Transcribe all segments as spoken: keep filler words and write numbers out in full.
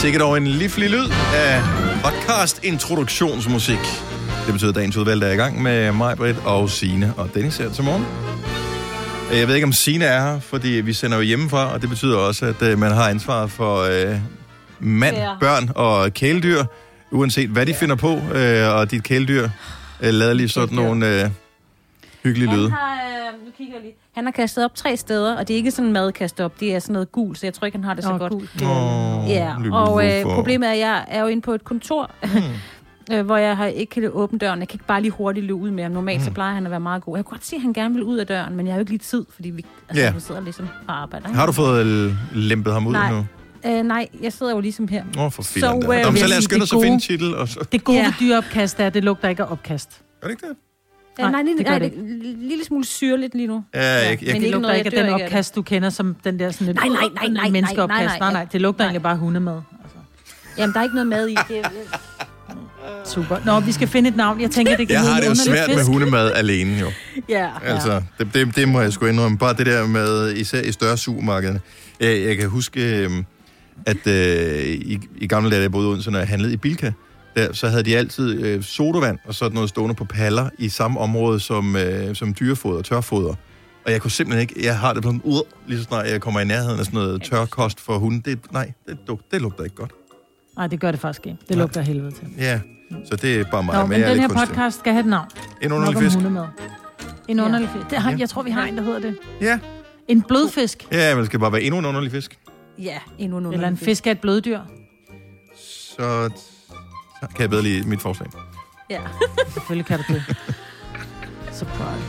Sikkert dog en livlig lyd af podcast-introduktionsmusik. Det betyder, at dagens udvalgte er i gang med mig, Britt og Signe og Dennis her til morgen. Jeg ved ikke, om Signe er her, fordi vi sender jo hjemmefra, og det betyder også, at man har ansvar for øh, mand, ja. børn og kæledyr, uanset hvad de ja. finder på, øh, og dit kæledyr øh, lader lige sådan nogle øh, hyggelige lyde. Han har, øh, nu kigger jeg lige. Han har kastet op tre steder, og det er ikke sådan madkast op, det er sådan noget gul, så jeg tror ikke, han har det så oh, godt. Gul. Oh, ja, og øh, problemet er, at jeg er jo inde på et kontor, hmm. øh, hvor jeg har ikke kan åbne døren. Jeg kan ikke bare lige hurtigt løbe ud med ham. Normalt hmm. så plejer han at være meget god. Jeg kunne godt se, at han gerne vil ud af døren, men jeg har jo ikke lige tid, fordi vi, altså, yeah. vi sidder ligesom og arbejder. Ikke? Har du fået lempet ham ud nej. nu? Øh, nej, jeg sidder jo ligesom her. Åh, oh, for filan der. Øh, så lad os skynde os at finde titel. Og så. Det gode ja. ved dyreopkast er, at det lugter ikke af opkast. Er det ikke det? Ja, nej, nej, det nej, det en lille smule syrligt lige nu. Ja, jeg, jeg, men det jeg, lugter ikke af den opkast, du kender som den der sådan et nej, nej, nej, nej, menneskeopkast. Nej, nej, nej, nej, det lugter nej. egentlig bare hundemad. Altså. Jamen, der er ikke noget mad i. Det er... Super. Nå, vi skal finde et navn. Jeg tænker, det kan jeg har det jo svært fisk. med hundemad alene, jo. Ja. Altså, det, det, det må jeg sgu indrømme. Bare det der med, især i større supermarkeder. Jeg, jeg kan huske, at øh, i, i gamle dage, da jeg boede uden, så når jeg handlede i Bilka, der, så havde de altid øh, sodavand og sådan noget stående på paller i samme område som, øh, som dyrefoder, tørfoder. Og jeg kunne simpelthen ikke, jeg har det på en ud, lige så snart jeg kommer i nærheden af sådan noget tørkost for hunden. Det, nej, det, det lugter ikke godt. Nej, det gør det faktisk ikke. Det lugter helvede til. Ja, så det er bare mig. Nå, men den her podcast kunstig. skal have et navn. En underlig fisk. En underlig fisk. Det har, ja. Jeg tror, vi har en, der hedder det. Ja. En blødfisk. Ja, men det skal bare være endnu en underlig fisk. Ja, endnu en underlig Eller en fisk af et bløddyr. Så kan jeg bedre lide mit forslag. Ja. Selvfølgelig kan du det. Surprise.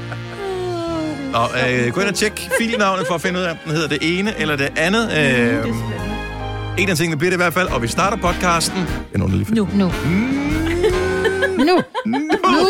Og øh, gå ind og tjek filnavnet for at finde ud af, om den hedder det ene eller det andet. Øh, mm, en af tingene bliver det i hvert fald, og vi starter podcasten. En underlig fisk. Nu. Nu. Mm. nu. Nu. Nu.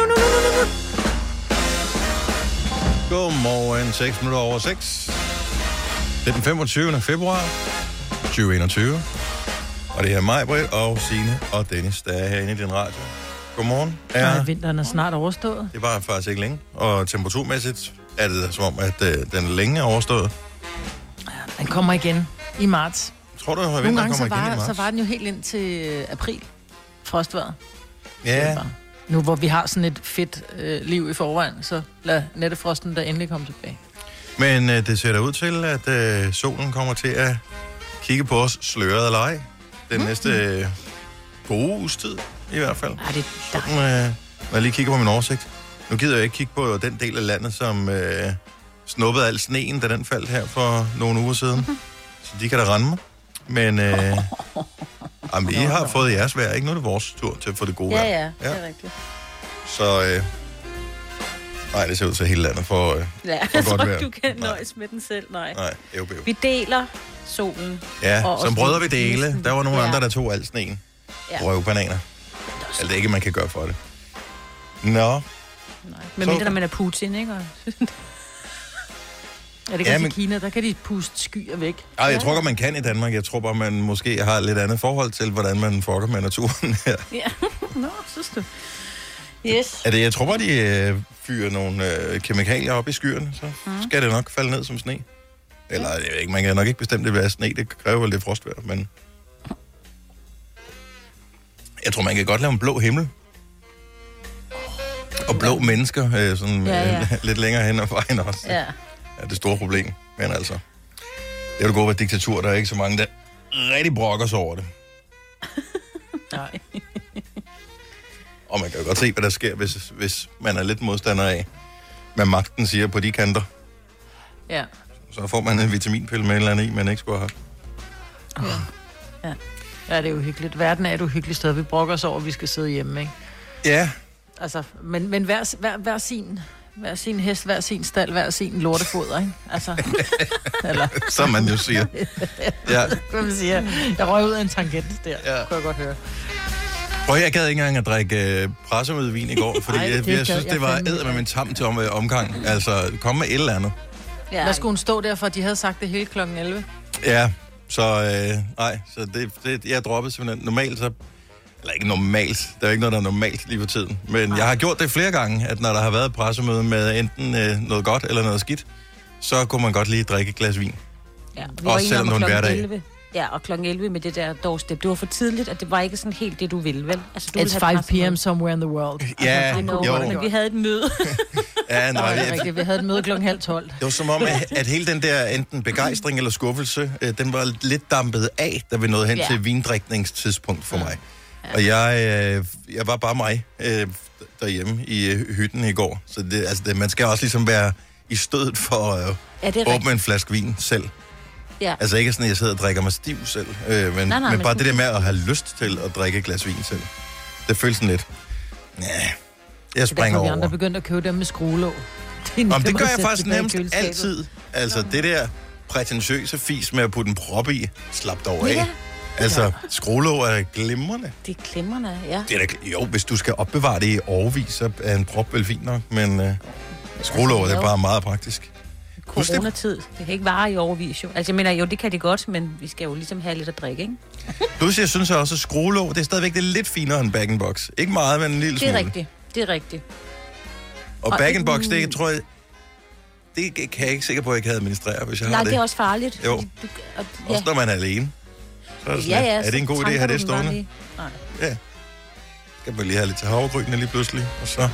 Godmorgen, seks minutter over seks. Det er den femogtyvende februar tyve enogtyve. Og det er mig, Britt, og Signe og Dennis, der er herinde i din radio. Godmorgen. Ja. Ja, vinteren er snart overstået. Det var faktisk ikke længe. Og temperaturmæssigt er det som om, at øh, den længe er overstået. Ja, den kommer igen i marts. Tror du, at vinteren kommer igen var, i marts? Så var den jo helt ind til april. Frostvejret. Ja. Nu hvor vi har sådan et fedt øh, liv i forvejen, så lad nattefrosten der endelig komme tilbage. Men øh, det ser da ud til, at øh, solen kommer til at kigge på os sløret eller ej. Den mm. næste øh, gode uges tid, i hvert fald. Ja, det er Sådan, øh, når jeg lige kigger på min oversigt. Nu gider jeg ikke kigge på den del af landet, som øh, snuppede al sneen, da den faldt her for nogle uger siden. Mm-hmm. Så de kan da rende mig. Men øh, jamen, I har fået jeres vejr, ikke? Nu er det vores tur til at få det gode ja, vejr. Ja, ja, det er rigtigt. Så øh, nej, det ser ud til hele landet for, øh, ja, for godt tror, vejr. du kan nøjes med den selv, nej. Nej, ev, ev. Vi deler solen. Ja, som brødre vi dele. Der var nogle ja. andre, der tog al sneen. Ja. Røvbananer. Altså, det er ikke, man kan gøre for det. Nå. Nej, men mindre, når man er Putin, ikke? Ja, det kan ja, men... i Kina, der kan de puste skyer væk. Ej, jeg tror godt, man kan i Danmark. Jeg tror bare, man måske har lidt andet forhold til, hvordan man fucker med naturen her. Ja, nå, synes du. Yes. Er det, jeg tror bare, de øh, fyrer nogle øh, kemikalier op i skyerne, så mm. skal det nok falde ned som sne. Eller, jeg ved ikke, man kan nok ikke bestemme det ved sne, det kræver vel det frostvejr, men... Jeg tror, man kan godt lave en blå himmel. Og blå mennesker, øh, sådan ja, ja. Øh, lidt længere hen ad vejen også. Ja. Ja, det er et stort problem, men altså... Det er jo gode ved diktatur, der er ikke så mange, der rigtig brokker sig over det. Nej. Og man kan jo godt se, hvad der sker, hvis, hvis man er lidt modstander af, hvad magten siger på de kanter. Ja. Så får man en vitaminpille med et eller andet i, man ikke skulle have haft. Ja. Ja. Ja, det er jo hyggeligt. Verden er et uhyggeligt sted. Vi brokker os over, at vi skal sidde hjemme, ikke? Ja. Altså, men, men hver, hver, hver sin... Hver sin hest, hver sin stald, hver sin lortefoder, ikke? Altså, eller... Som man jo siger. Ja. Hvad man siger. Jeg røg ud af en tangent der, ja. Kunne jeg godt høre. Prøv, jeg gad ikke engang at drikke øh, pressemødevin i går, fordi Ej, jeg, jeg, jeg synes, det var æd med min tam til om, omgang. Altså, kom med et eller andet. Ja. Hvad skulle hun stå der for, de havde sagt det hele klokken elleve? Ja, så øh, nej, så det, det, jeg droppede simpelthen. Normalt så... Eller ikke normalt. Der er ikke noget, der er normalt lige for tiden. Men Ej. jeg har gjort det flere gange, at når der har været et pressemøde med enten øh, noget godt eller noget skidt, så kunne man godt lige drikke et glas vin. Ja, også selvom det var en hverdag. Ja, og klokken elleve med det der doorstep. Det var for tidligt, at det var ikke sådan helt det, du ville, vel? Altså, du It's five p.m. somewhere in the world. Ja, altså, know, jo. Men vi havde et møde. Ja, nej, det er rigtigt. Vi havde et møde klokken halv tolv. Det var som om, at, at hele den der enten begejstring eller skuffelse, øh, den var lidt dampet af, da vi nåede hen ja. til vindrikningstidspunkt for mig. Ja. Og jeg, øh, jeg var bare mig øh, derhjemme i øh, hytten i går. Så det, altså, det, man skal også ligesom være i stødet for at øh, ja, åbne rigtigt. en flaske vin selv. Ja. Altså ikke sådan, at jeg sidder og drikker mig stiv selv, øh, men, nej, nej, men bare men... det der med at have lyst til at drikke et glas vin selv. Det føles sådan lidt... Ja, jeg springer over. Vi andre begyndte at købe dem med skruelåg. Det, Om, det gør jeg faktisk nærmest altid. Altså det der prætentiøse fis med at putte en prop i, slap dig over af. Ja. Altså, ja. skruelåg er glimrende. Det er glimrende, ja. Det er da, jo, hvis du skal opbevare det i årevis, så er en prop vel fint nok, men øh, skruelåg altså, er bare meget praktisk. Coronatid. Det kan ikke vare i overvis, jo. Altså, jeg mener, jo, det kan det godt, men vi skal jo ligesom have lidt at drikke, ikke? Plus, jeg synes også, at skruelåg, det er stadigvæk det er lidt finere end bag-in-box. Ikke meget, men en lille smule. Det er rigtigt. Det er rigtigt. Og, og bag-in-box, det jeg tror jeg... Det kan jeg ikke sikker på, at jeg kan administrere, hvis jeg Nej, har det. det er også farligt. Jo. Du, og, ja. Også når man er alene. Så er, det ja, ja, er det en god idé at have det stående? Lige... Nej. Ja. Skal man lige have lidt til havregrynene lige pludselig, og så...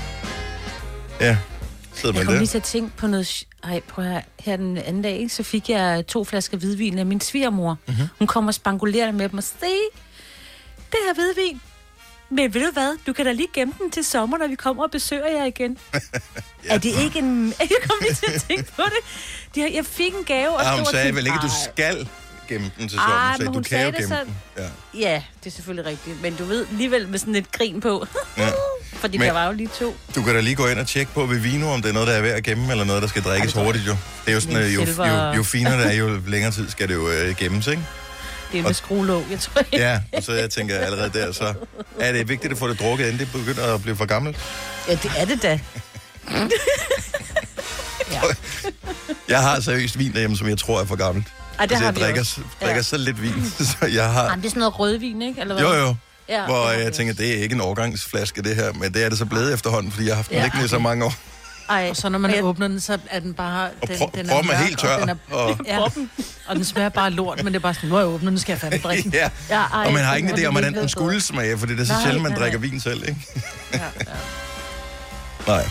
Ja. Jeg kom lige til at tænke på noget... Ej, prøv her, her den anden dag, så fik jeg to flasker hvidvin af min svigermor. Mm-hmm. Hun kom og spangulerede med dem og sagde, det her hvidvin. Men ved du hvad, du kan da lige gemme den til sommer, når vi kommer og besøger jer igen. ja. Er det ikke en... Jeg kom lige til at tænke på det. Jeg fik en gave, og ja, hun sagde til... vel ikke, at du skal gemme den til sommer. Ej, sagde, du kan jo gemme så... den. Ja. ja, det er selvfølgelig rigtigt. Men du ved, alligevel med sådan et grin på. ja. Fordi men, der var jo lige to. Du kan da lige gå ind og tjekke på ved vino, om det er noget, der er værd at gemme, eller noget, der skal drikkes hurtigt, jo. Det er jo sådan, jo, jo, jo, jo finere det er, jo længere tid skal det jo øh, gemmes, ikke? Det er med skruelåg, jeg tror. Ja, og så jeg tænker allerede der, så er det vigtigt at få det drukket, inden det begynder at blive for gammelt. Ja, det er det da. ja. Jeg har seriøst vin derhjemme, som jeg tror er for gammelt. Ej, det altså, har jeg drikker, drikker ja. så lidt vin, så jeg har... Ej, det er sådan noget rødvin, ikke? Eller hvad? Jo, jo. Ja, hvor jeg tænker, det er ikke en årgangsflaske, det her, men det er det så blevet efterhånden, fordi jeg har haft den ja, liggende okay. i så mange år. Ej, og så når man jeg... åbner den, så er den bare... Og den, prøv, den er, er helt tør. Og, den er, og... Ja, og den smager bare lort, men det er bare sådan, nu er jeg åbnet, nu skal jeg fandme drikke den. ja. Ja, ej, og man har ingen idé om, hvordan den skulle smage, fordi det er så nej, sjældent, man nej, drikker nej. vin selv, ikke? ja, ja. Nej.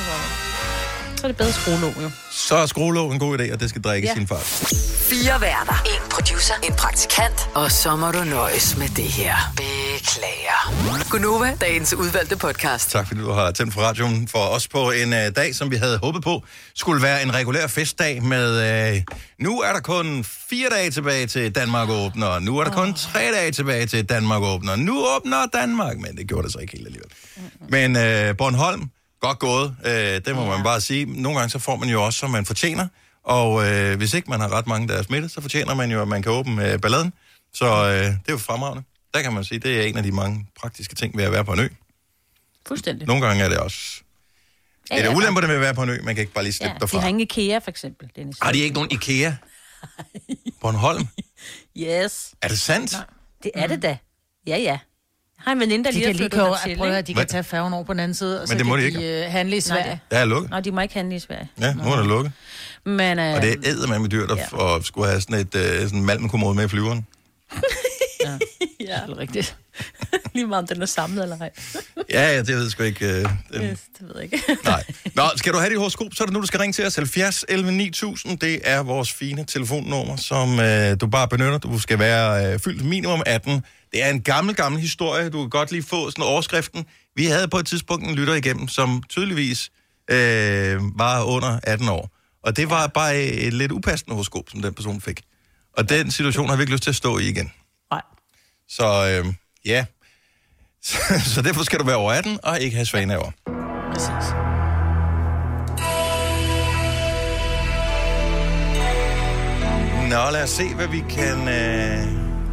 Så er det bedre skruelåg, jo. Så er skruelåg en god idé, og det skal drikkes ja. sin fart. Fire værter, en producer, en praktikant, og så må du nøjes med det her. Beklager. Gunova, dagens udvalgte podcast. Tak fordi du har tændt for radioen for os på en uh, dag, som vi havde håbet på, skulle være en regulær festdag med... Uh, nu er der kun fire dage tilbage til Danmark åbner, nu er der kun tre dage tilbage til Danmark åbner, nu åbner Danmark, men det gjorde det så ikke helt alligevel. Men uh, Bornholm, godt gået, uh, det må ja. man bare sige. Nogle gange så får man jo også, som man fortjener, og øh, hvis ikke man har ret mange, der er smittet, så fortjener man jo, at man kan åbne øh, balladen. Så øh, det er jo fremragende. Der kan man sige, det er en af de mange praktiske ting ved at være på en ø. Fuldstændig. Nogle gange er det også... Ja, ja, er det ulemper, det med at være på en ø? Man kan ikke bare lige slippe ja, derfra. De har ingen IKEA, for eksempel. Dennis. Har de ikke nogen IKEA? Bornholm? Yes. Er det sandt? Nej, det er det da. Ja, ja. Jeg har en veninde, der de lige har flyttet hertil, til. Prøv at de kan tage færgen over på den anden side, og men så det må kan de, de ikke. Uh, handle i Sverige. Det er lukket. Nå, de må ikke handle i Sverige. Ja, nu er det lukket. Men, uh... og det er eddermame dyrt at ja. skulle have sådan et uh, sådan malmenkommode med i flyveren. ja, ja. Det er rigtigt. Lige meget om den er samlet eller ej. ja, ja, det ved jeg sgu ikke. Uh, den... yes, det ved jeg ikke. Nej. Nå, skal du have dit horoskop, så er det nu, du skal ringe til os. halvfjerds elleve ni tusind, det er vores fine telefonnummer, som uh, du bare benytter. Du skal være uh, fyldt minimum atten. Det er en gammel, gammel historie. Du kan godt lige få sådan overskriften. Vi havde på et tidspunkt en lytter igennem, som tydeligvis øh, var under atten år. Og det var bare et lidt upassende horoskop, som den person fik. Og den situation har vi ikke lyst til at stå i igen. Nej. Så øh, ja. Så, så derfor skal du være over atten og ikke have svaneaver. Præcis. Nå, lad os se, hvad vi kan... Øh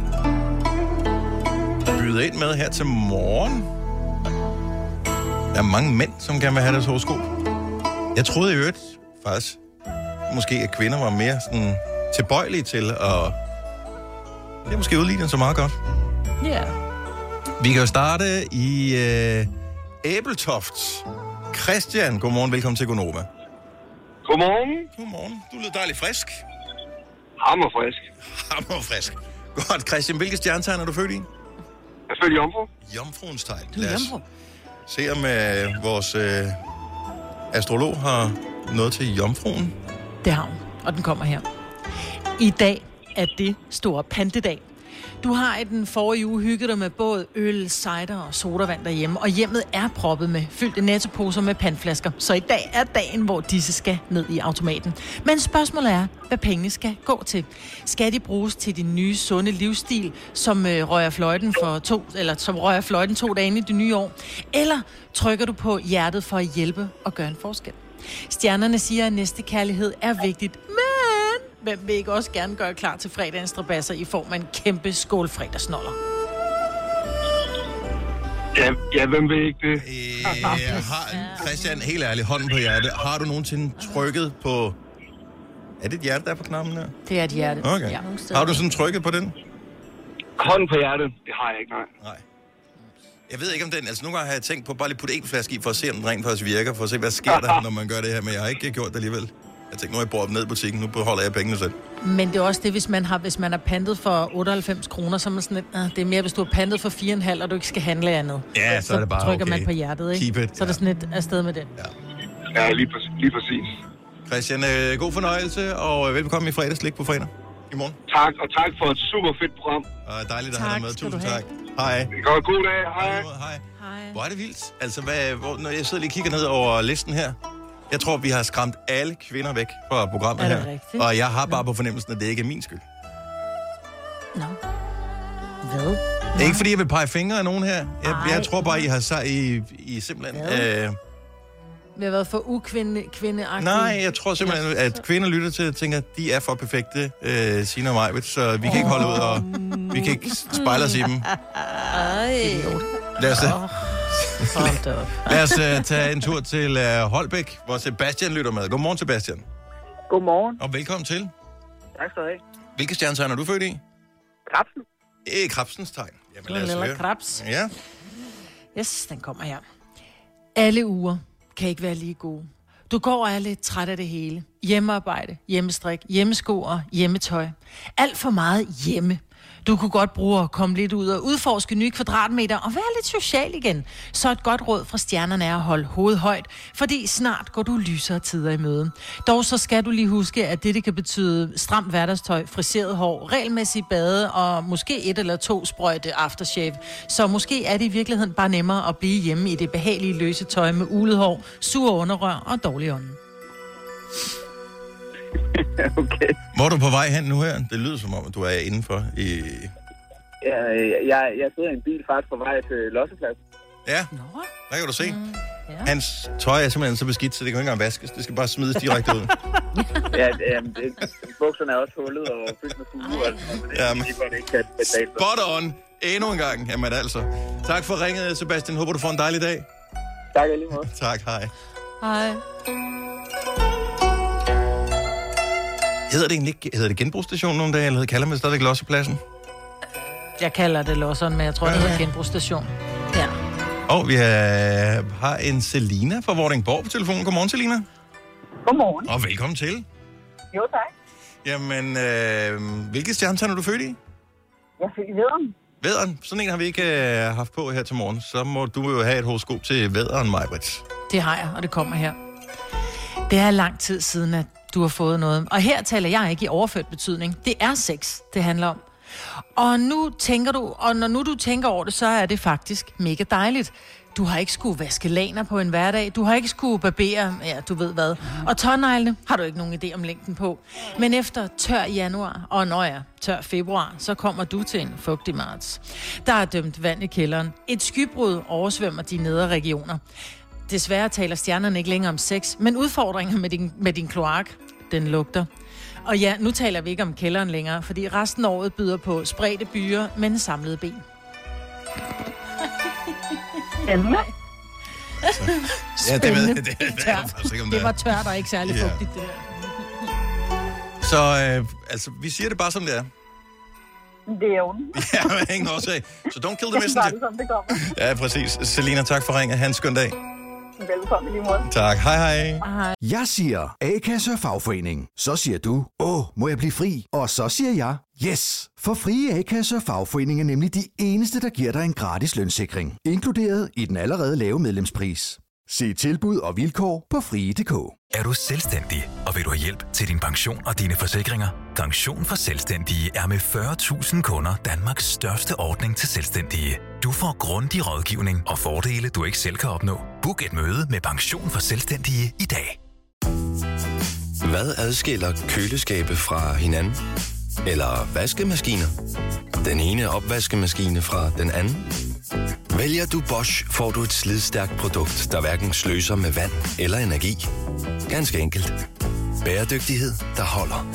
byde ind med her til morgen. Der er mange mænd, som gerne vil have deres horoskop. Jeg troede i øvrigt faktisk, måske at kvinder var mere sådan tilbøjelige til at... Det er måske udlignet så meget godt. Ja. Yeah. Vi kan jo starte i øh, Æbeltoft. Christian, godmorgen, velkommen til Gonova. Godmorgen. Godmorgen. Du lyder dejligt frisk. Hammerfrisk. Hammerfrisk. Godt, Christian. Hvilke stjernetegn er du født i? Jeg er født i Jomfru. Jomfruens tegn. Du er Lad os jomfru. se, om øh, vores øh, astrolog har noget til jomfruen. Det har hun, og den kommer her. I dag er det store pantedag. Du har i den forrige uge hygget dig med både øl, cider og sodavand derhjemme, og hjemmet er proppet med fyldte nettoposer med pandflasker. Så i dag er dagen, hvor disse skal ned i automaten. Men spørgsmålet er, hvad pengene skal gå til. Skal de bruges til din nye, sunde livsstil, som øh, rører fløjten for to, eller som rører fløjten to dage ind i det nye år? Eller trykker du på hjertet for at hjælpe og gøre en forskel? Stjernerne siger, at næstekærlighed er vigtigt, men hvem vil ikke også gerne gøre klar til fredagens strabasser i form af en kæmpe skål fredagsnoller? Ja, ja, hvem vil ikke det? Øh, har, Christian, helt ærligt, hånden på hjertet. Har du nogensinde trykket på... Er det et hjerte, der er på knappen der? Det er et hjerte. Okay. Ja. Har du sådan trykket på den? Hånden på hjertet, det har jeg ikke, nej. Nej. Jeg ved ikke om den... Altså, nogle gange har jeg tænkt på bare lige putte en flaske i, for at se, om den rent faktisk virker, for at se, hvad sker der, når man gør det her. Men jeg har ikke gjort det alligevel. Jeg tænkte, nu er jeg brugt ned i butikken, nu beholder jeg pengene selv. Men det er også det, hvis man har, hvis man er pantet for otteoghalvfems kroner, så er man sådan lidt, ah, det er mere, hvis du er pantet for fire komma fem, og du ikke skal handle andet. Ja, så, så er det bare trykker okay. man på hjertet, ikke? Keep it. Så er der sådan et afsted med den. Ja. Ja, lige, præ- lige præcis. Christian, øh, god fornøjelse, og velkommen i fredagslik på fredag i morgen. Tak, og tak for et super fedt program. Og dejligt at Tak, have dig med. skal Tusind du have. tak. Hej. Det går god dag. Hej. Hej. Hej. Hvor er det vildt. Altså, hvad, hvor, når jeg sidder lige og kigger ned over listen her, jeg tror, vi har skræmt alle kvinder væk fra programmet Er det her. rigtigt? Og jeg har bare på fornemmelsen, at det ikke er min skyld. Nå. Hvad? Ikke fordi jeg vil pege fingre af nogen her. Jeg, Ej. jeg tror bare, I har sagt, I, I simpelthen... Øh, Vi har været for ukvinde, kvindeagtige. nej, jeg tror simpelthen, at kvinder lytter til og tænker, at de er for perfekte, øh, Signe og Majbet, så vi kan ikke holde ud, og vi kan ikke spejle os i dem. Ej. Lad os, Hold da op. lad os uh, tage en tur til uh, Holbæk, hvor Sebastian lytter med. Godmorgen, Sebastian. Godmorgen. Og velkommen til. Tak skal du have. Hvilke stjernetegn er du født i? Krabsen. Eh, Krabsens tegn. Jamen, Du lad er en os lille høre. krabs. Ja. Yes, den kommer her. Alle uger kan ikke være lige gode. Du går og er lidt træt af det hele. Hjemmearbejde, hjemmestrik, hjemmesko og hjemmetøj. Alt for meget hjemme. Du kunne godt bruge at komme lidt ud og udforske nye kvadratmeter og være lidt social igen. Så et godt råd fra stjernerne er at holde hovedet højt, fordi snart går du lysere tider i møde. Dog så skal du lige huske, at dette kan betyde stramt hverdagstøj, friseret hår, regelmæssigt bade og måske et eller to sprøjte aftershave. Så måske er det i virkeligheden bare nemmere at blive hjemme i det behagelige løse tøj med ulet hår, sur underrør og dårlig ånden. Okay. Hvor er du på vej hen nu her? Det lyder som om, at du er indenfor i... Ja, jeg, jeg sidder i en bil faktisk på vej til Lossepladsen. Ja, Nå, der kan du se. mm, ja. Hans tøj er simpelthen så beskidt, så det kan ikke engang vaskes. Det skal bare smides direkte ud. Ja, jamen, det, bukserne er også hullet og fyldt med fuge. Altså, så det er Jamen. lige, hvor det ikke kan betale sig. Spot on. Endnu en gang. Jamen altså. Tak for ringet, Sebastian. Håber, du får en dejlig dag. Tak lige måde. Tak, hej. Hej. Hedder det egentlig ikke, hedder det genbrugsstation nogle dage, eller kalder man det stadigvæk Lossepladsen? Jeg kalder det losseren, men jeg tror, det hedder genbrugsstation. Ja. Og vi har, har en Selina fra Vordingborg på telefonen. Godmorgen, Selina. Godmorgen. Og velkommen til. Jo, tak. Jamen, øh, hvilke stjernetegn er du født i? Jeg fik vædderen. Vædderen. Sådan en har vi ikke øh, haft på her til morgen. Så må du jo have et horoskop til vædderen, Majbrit. Det har jeg, og det kommer her. Det er lang tid siden, at du har fået noget. Og her taler jeg ikke i overført betydning. Det er sex, det handler om. Og nu tænker du, og når nu du tænker over det, så er det faktisk mega dejligt. Du har ikke skulle vaske laner på en hverdag. Du har ikke skulle barbere, ja, du ved hvad. Og tåneglene har du ikke nogen idé om længden på. Men efter tør januar, og når jeg tør februar, så kommer du til en fugtig marts. Der er dømt vand i kælderen. Et skybrud oversvømmer de nedre regioner. Desværre taler stjernerne ikke længere om sex, men udfordringer med din, med din kloak, den lugter. Og ja, nu taler vi ikke om kælderen længere, fordi resten af året byder på spredte byer, men samlede ben. Spændende. Ja, det ved Spændende. jeg. Det, det, det, Tørt. det, det, Det var tørt og ikke særlig Ja. fugtigt, det der. Så øh, altså, vi siger det bare som det er. Det er jo Ja, men ingen årsag. Så don't kill the det messenger. som det kommer. Ja, præcis. Selina, tak for ringet. Ha' en skøn dag. Velkommen lige måde. Tak. Hej, hej. Jeg siger A-kasse og fagforening. Så siger du, åh, må jeg blive fri? Og så siger jeg, Yes! For Frie A-kasser og fagforening er nemlig de eneste, der giver dig en gratis lønssikring. Inkluderet i den allerede lave medlemspris. Se tilbud og vilkår på frie punktum d k. Er du selvstændig, og vil du have hjælp til din pension og dine forsikringer? Pension for Selvstændige er med fyrre tusind kunder Danmarks største ordning til selvstændige. Du får grundig rådgivning og fordele, du ikke selv kan opnå. Book et møde med Pension for Selvstændige i dag. Hvad adskiller køleskabe fra hinanden? Eller vaskemaskiner? Den ene opvaskemaskine fra den anden? Vælger du Bosch, får du et slidstærkt produkt, der hverken sløser med vand eller energi. Ganske enkelt. Bæredygtighed, der holder.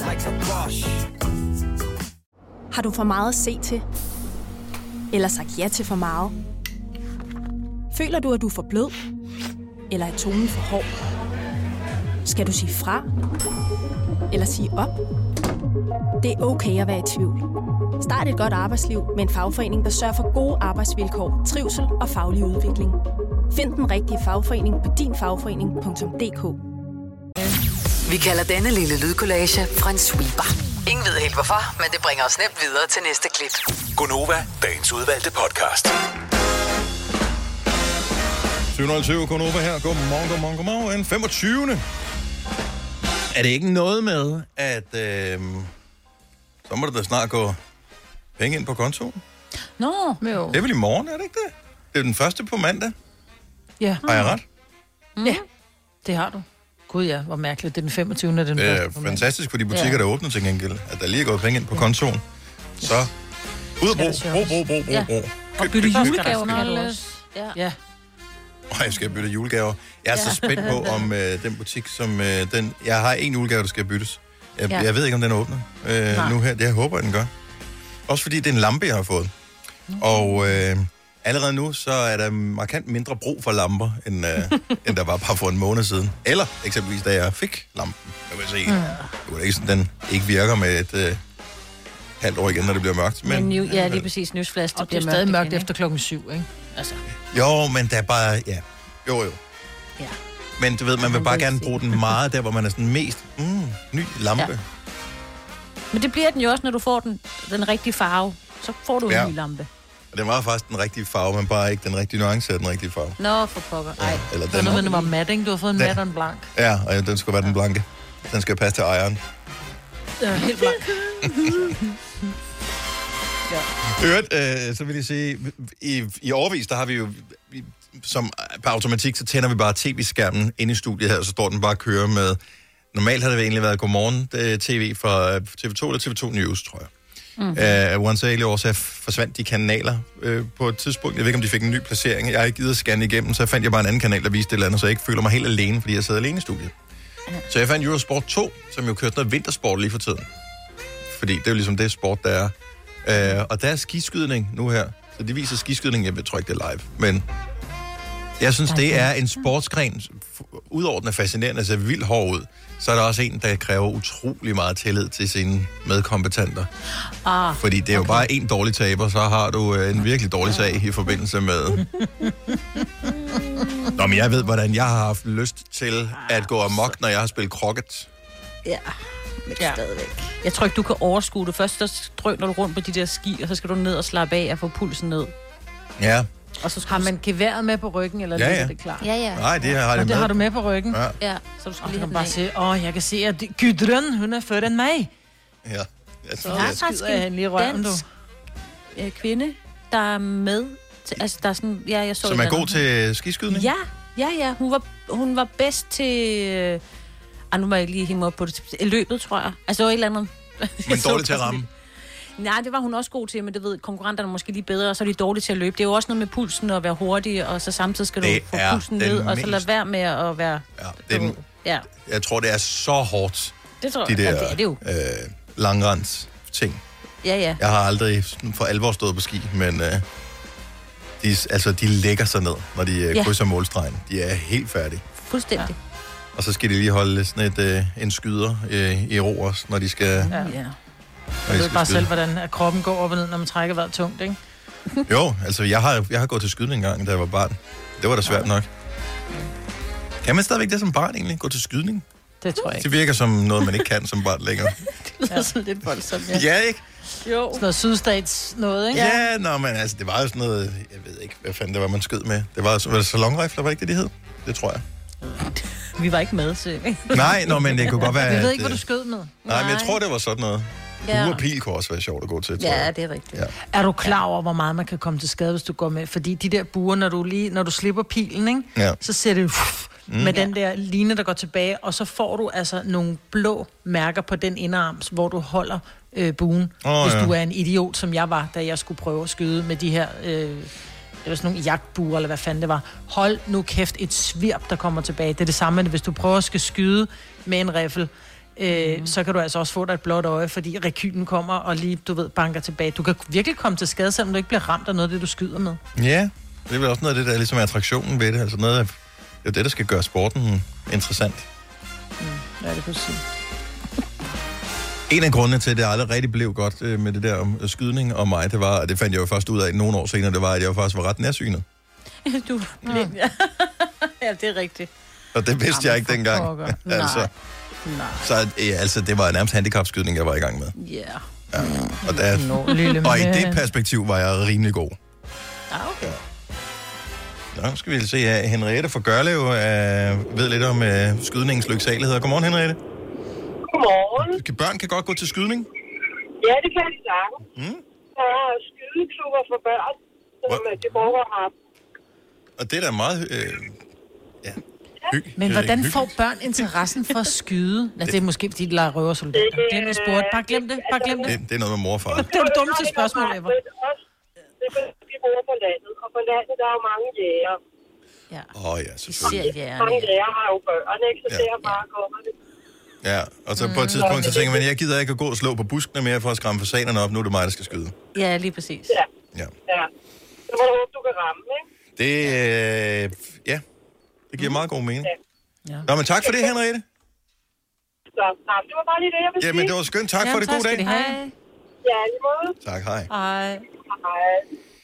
Har du for meget at se til? Eller sagt ja til for meget? Føler du, at du er for blød? Eller er tonen for hård? Skal du sige fra? Eller sige op? Det er okay at være i tvivl. Start et godt arbejdsliv med en fagforening, der sørger for gode arbejdsvilkår, trivsel og faglig udvikling. Find den rigtige fagforening på din fagforening punktum d k. Vi kalder denne lille lydkollage en sweeper. Ingen ved helt hvorfor, men det bringer os nemt videre til næste klip. Gonova, dagens udvalgte podcast. syv nul syv Gonova her. Godmorgen, godmorgen, godmorgen. femogtyvende Er det ikke noget med, at øh, så må der da snart gå penge ind på kontoen? Nå, jo. Det er vel i morgen, er det ikke det? Det er den første på mandag. Ja. Har jeg ret? Mm. Ja, det har du. Gud ja, hvor mærkeligt. Det er den femogtyvende Den det er første fantastisk for de butikker, ja. der åbner til gengæld, at der lige er gået penge ind på kontoen. Så ud og brug, brug, brug, brug, brug, brug. Og bytte julegaver. Ja. ja. Og jeg skal bytte julegaver. Jeg er så spændt på, om øh, den butik, som øh, den... Jeg har en julegave, der skal byttes. Jeg, ja. jeg ved ikke, om den åbner øh, nu her. Det jeg håber jeg, den gør. Også fordi det er en lampe, jeg har fået. Mm. Og øh, allerede nu, så er der markant mindre brug for lamper, end, øh, end der var bare for en måned siden. Eller eksempelvis, da jeg fik lampen. Jeg vil se, mm. det var ikke sådan, den ikke virker med et øh, halvt år igen, når det bliver mørkt. Men, men ja, det er præcis newsflash. Det bliver stadig mørkt efter klokken syv, ikke? Altså. Jo, men der er bare... Ja. Jo, jo. Ja. Men du ved, man vil bare gerne bruge den meget der, hvor man er sådan mest... Mm, ny lampe. Ja. Men det bliver den jo også, når du får den, den rigtige farve. Så får du ja. en ny lampe. Og den var faktisk den rigtige farve, men bare ikke den rigtige nuance af den rigtige farve. Nå, for pokker. Ej. Ja, eller den, den, den var mat, ikke? Du har fået en mat og en blank. Ja, og den skulle være den blanke. Den skal passe til ejeren. Ja, helt blank. Ja. Øvrigt, øh, så vil jeg sige, i, i årevis, der har vi jo, vi, som på automatik, så tænder vi bare tv-skærmen inde i studiet her, og så står den bare og kører med, normalt har det egentlig været Godmorgen tv fra T V to eller T V to News, tror jeg. Mm-hmm. Uh, uansagelige årsager forsvandt de kanaler uh, på et tidspunkt. Jeg ved ikke, om de fik en ny placering. Jeg har ikke givet at scanne igennem, så fandt jeg bare en anden kanal, der viste det eller andet, så jeg ikke føler mig helt alene, fordi jeg sidder alene i studiet. Mm. Så jeg fandt Eurosport to, som jo kørte noget vintersport lige for tiden. Fordi det er jo ligesom det sport, der er. Uh, og der er skiskydning nu her. Så de viser skiskydning, jeg tror ikke det er live. Men jeg synes, det er en sportsgren, udover den er fascinerende, ser vildt hård ud, så er der også en, der kræver utrolig meget tillid til sine medkompetenter. Ah, Fordi det er jo okay. bare en dårlig taber, så har du en virkelig dårlig sag i forbindelse med... Nå, men jeg ved, hvordan jeg har haft lyst til at gå amok, når jeg har spillet croquet. Ja, men ja. stadigvæk. Jeg tror ikke, du kan overskue det. Først så drøner du rundt på de der ski, og så skal du ned og slappe af og få pulsen ned. Ja. Og så har man geværet med på ryggen, eller ja, ja. er det klart? Ja, ja. Nej, det har det med. Det har du med på ryggen? Ja. ja så du skal og lige kan bare se, åh, jeg kan se, at Gudrun, hun er født end mig. Ja. Jeg så der er faktisk en lige røven, dansk øh, kvinde, der er med. Til, altså, der er sådan, ja, jeg så Som er god til skiskydning? Ja, ja, ja. Hun var, hun var bedst til... Øh, ah, nu må jeg lige hænge op på det. Løbet, tror jeg. Altså, et eller andet. Men dårligt til at ramme? Nej, det var hun også god til, men det ved konkurrenterne måske lige bedre, og så er de dårlige til at løbe. Det er jo også noget med pulsen og være hurtig, og så samtidig skal det du få pulsen ned, mest... og så lade være med at være... Ja, det er den... ja. Jeg tror, det er så hårdt, det tror de der ja, det er det jo. Øh, langrens ting. Ja, ja. Jeg har aldrig for alvor stået på ski, men øh, de, altså, de lægger sig ned, når de øh, ja. krydser målstregen. De er helt færdige. Fuldstændig. Ja. Og så skal de lige holde sådan et, øh, en skyder øh, i ro også, når de skal... Ja. ja. Jeg ved bare skyde. Selv, hvordan kroppen går op og ned, når man trækker vejret tungt, ikke? Jo, altså jeg har, jeg har gået til skydning engang, da jeg var barn. Det var da svært nok. Kan man stadigvæk det som barn egentlig? Gå til skydning? Det tror jeg ikke. Det virker som noget, man ikke kan som barn længere. Det er sådan lidt voldsomt, ja. Ja, ikke? Jo. Sådan noget sydstats noget, ikke? Ja, nå, men altså, det var jo sådan noget, jeg ved ikke, hvad fanden det var, man skød med. Det var, var det salonrifler, var ikke det, de hed? Det tror jeg. Vi var ikke med, så... Nej, nå, men det kunne godt være... Vi ved at, ikke, hvad du skød med. Nej, men jeg tror, det var sådan noget. Ja. Bue og pil kunne også være sjovt at gå til, tror Ja, jeg. det er rigtigt. Ja. Er du klar over, hvor meget man kan komme til skade, hvis du går med? Fordi de der buer, når du, lige, når du slipper pilen, ikke? Ja. Så ser det mm. med den der line, der går tilbage, og så får du altså nogle blå mærker på den inderarm, hvor du holder øh, buen. Oh, hvis ja. du er en idiot, som jeg var, da jeg skulle prøve at skyde med de her... Øh, det var sådan nogle jagtbuer, eller hvad fanden det var. Hold nu kæft, et svirp, der kommer tilbage. Det er det samme, hvis du prøver at skal skyde med en riffel, øh, mm. så kan du altså også få dig et blåt øje, fordi rekylen kommer og lige, du ved, banker tilbage. Du kan virkelig komme til skade, selvom du ikke bliver ramt af noget af det, du skyder med. Ja, det er vel også noget af det, der er ligesom attraktionen ved det. Altså noget af, det er jo det, der skal gøre sporten interessant. Mm. Ja, det kan du sige. En af grundene til, at det aldrig rigtig blev godt øh, med det der om skydning og mig, det var, og det fandt jeg jo først ud af nogle år senere, det var, at jeg jo faktisk var ret nærsynet. Du blind, ja. Ja, det er rigtigt. Og det vidste jeg ikke dengang. altså, Nej. så ja, altså, det var nærmest handicapskydning, jeg var i gang med. Yeah. Ja. Og, der, Nå, lille og i mand. det perspektiv var jeg rimelig god. Ah, okay. Nå, skal vi se her. Henriette fra Gørlev øh, ved lidt om øh, skydningens lyksaligheder. Godmorgen, Henriette. Godmorgen. Børn kan godt gå til skydning? Ja, det kan de sagtens. Mm. Der er skydeklubber for børn, som What? det borger har. Og det er da meget... Øh, ja. Hy- Men hvordan hyggeligt. får børn interessen for at skyde? Altså, det er måske, fordi de leger røversoldater. Glem det, spurgt. Bare glem det. Bare glem det. Det, det er noget med mor og far. Det var det dummeste spørgsmål ever. Det er fordi, vi bor på landet, og på landet der er jo mange jæger. Ja. Åh oh, ja, selvfølgelig. Mange jæger har jo børn, ikke? Så Ja. der bare kommer det. Ja, og så på et tidspunkt, så tænker man, jeg gider ikke at gå og slå på buskene mere for at skræmme fasanerne op. Nu er det mig, der skal skyde. Ja, lige præcis. Ja. Ja. Ja. Så må du håbe, du kan ramme, ikke? Det, øh, ja, det giver meget god mening. Ja. Nå, men tak for det, Henriette. Så nej, det var bare lige det, jeg ville Jamen, sige. det var skønt. Tak for det. God dag. Hej. Ja, lige måde. Tak, hej. Hej. Hej.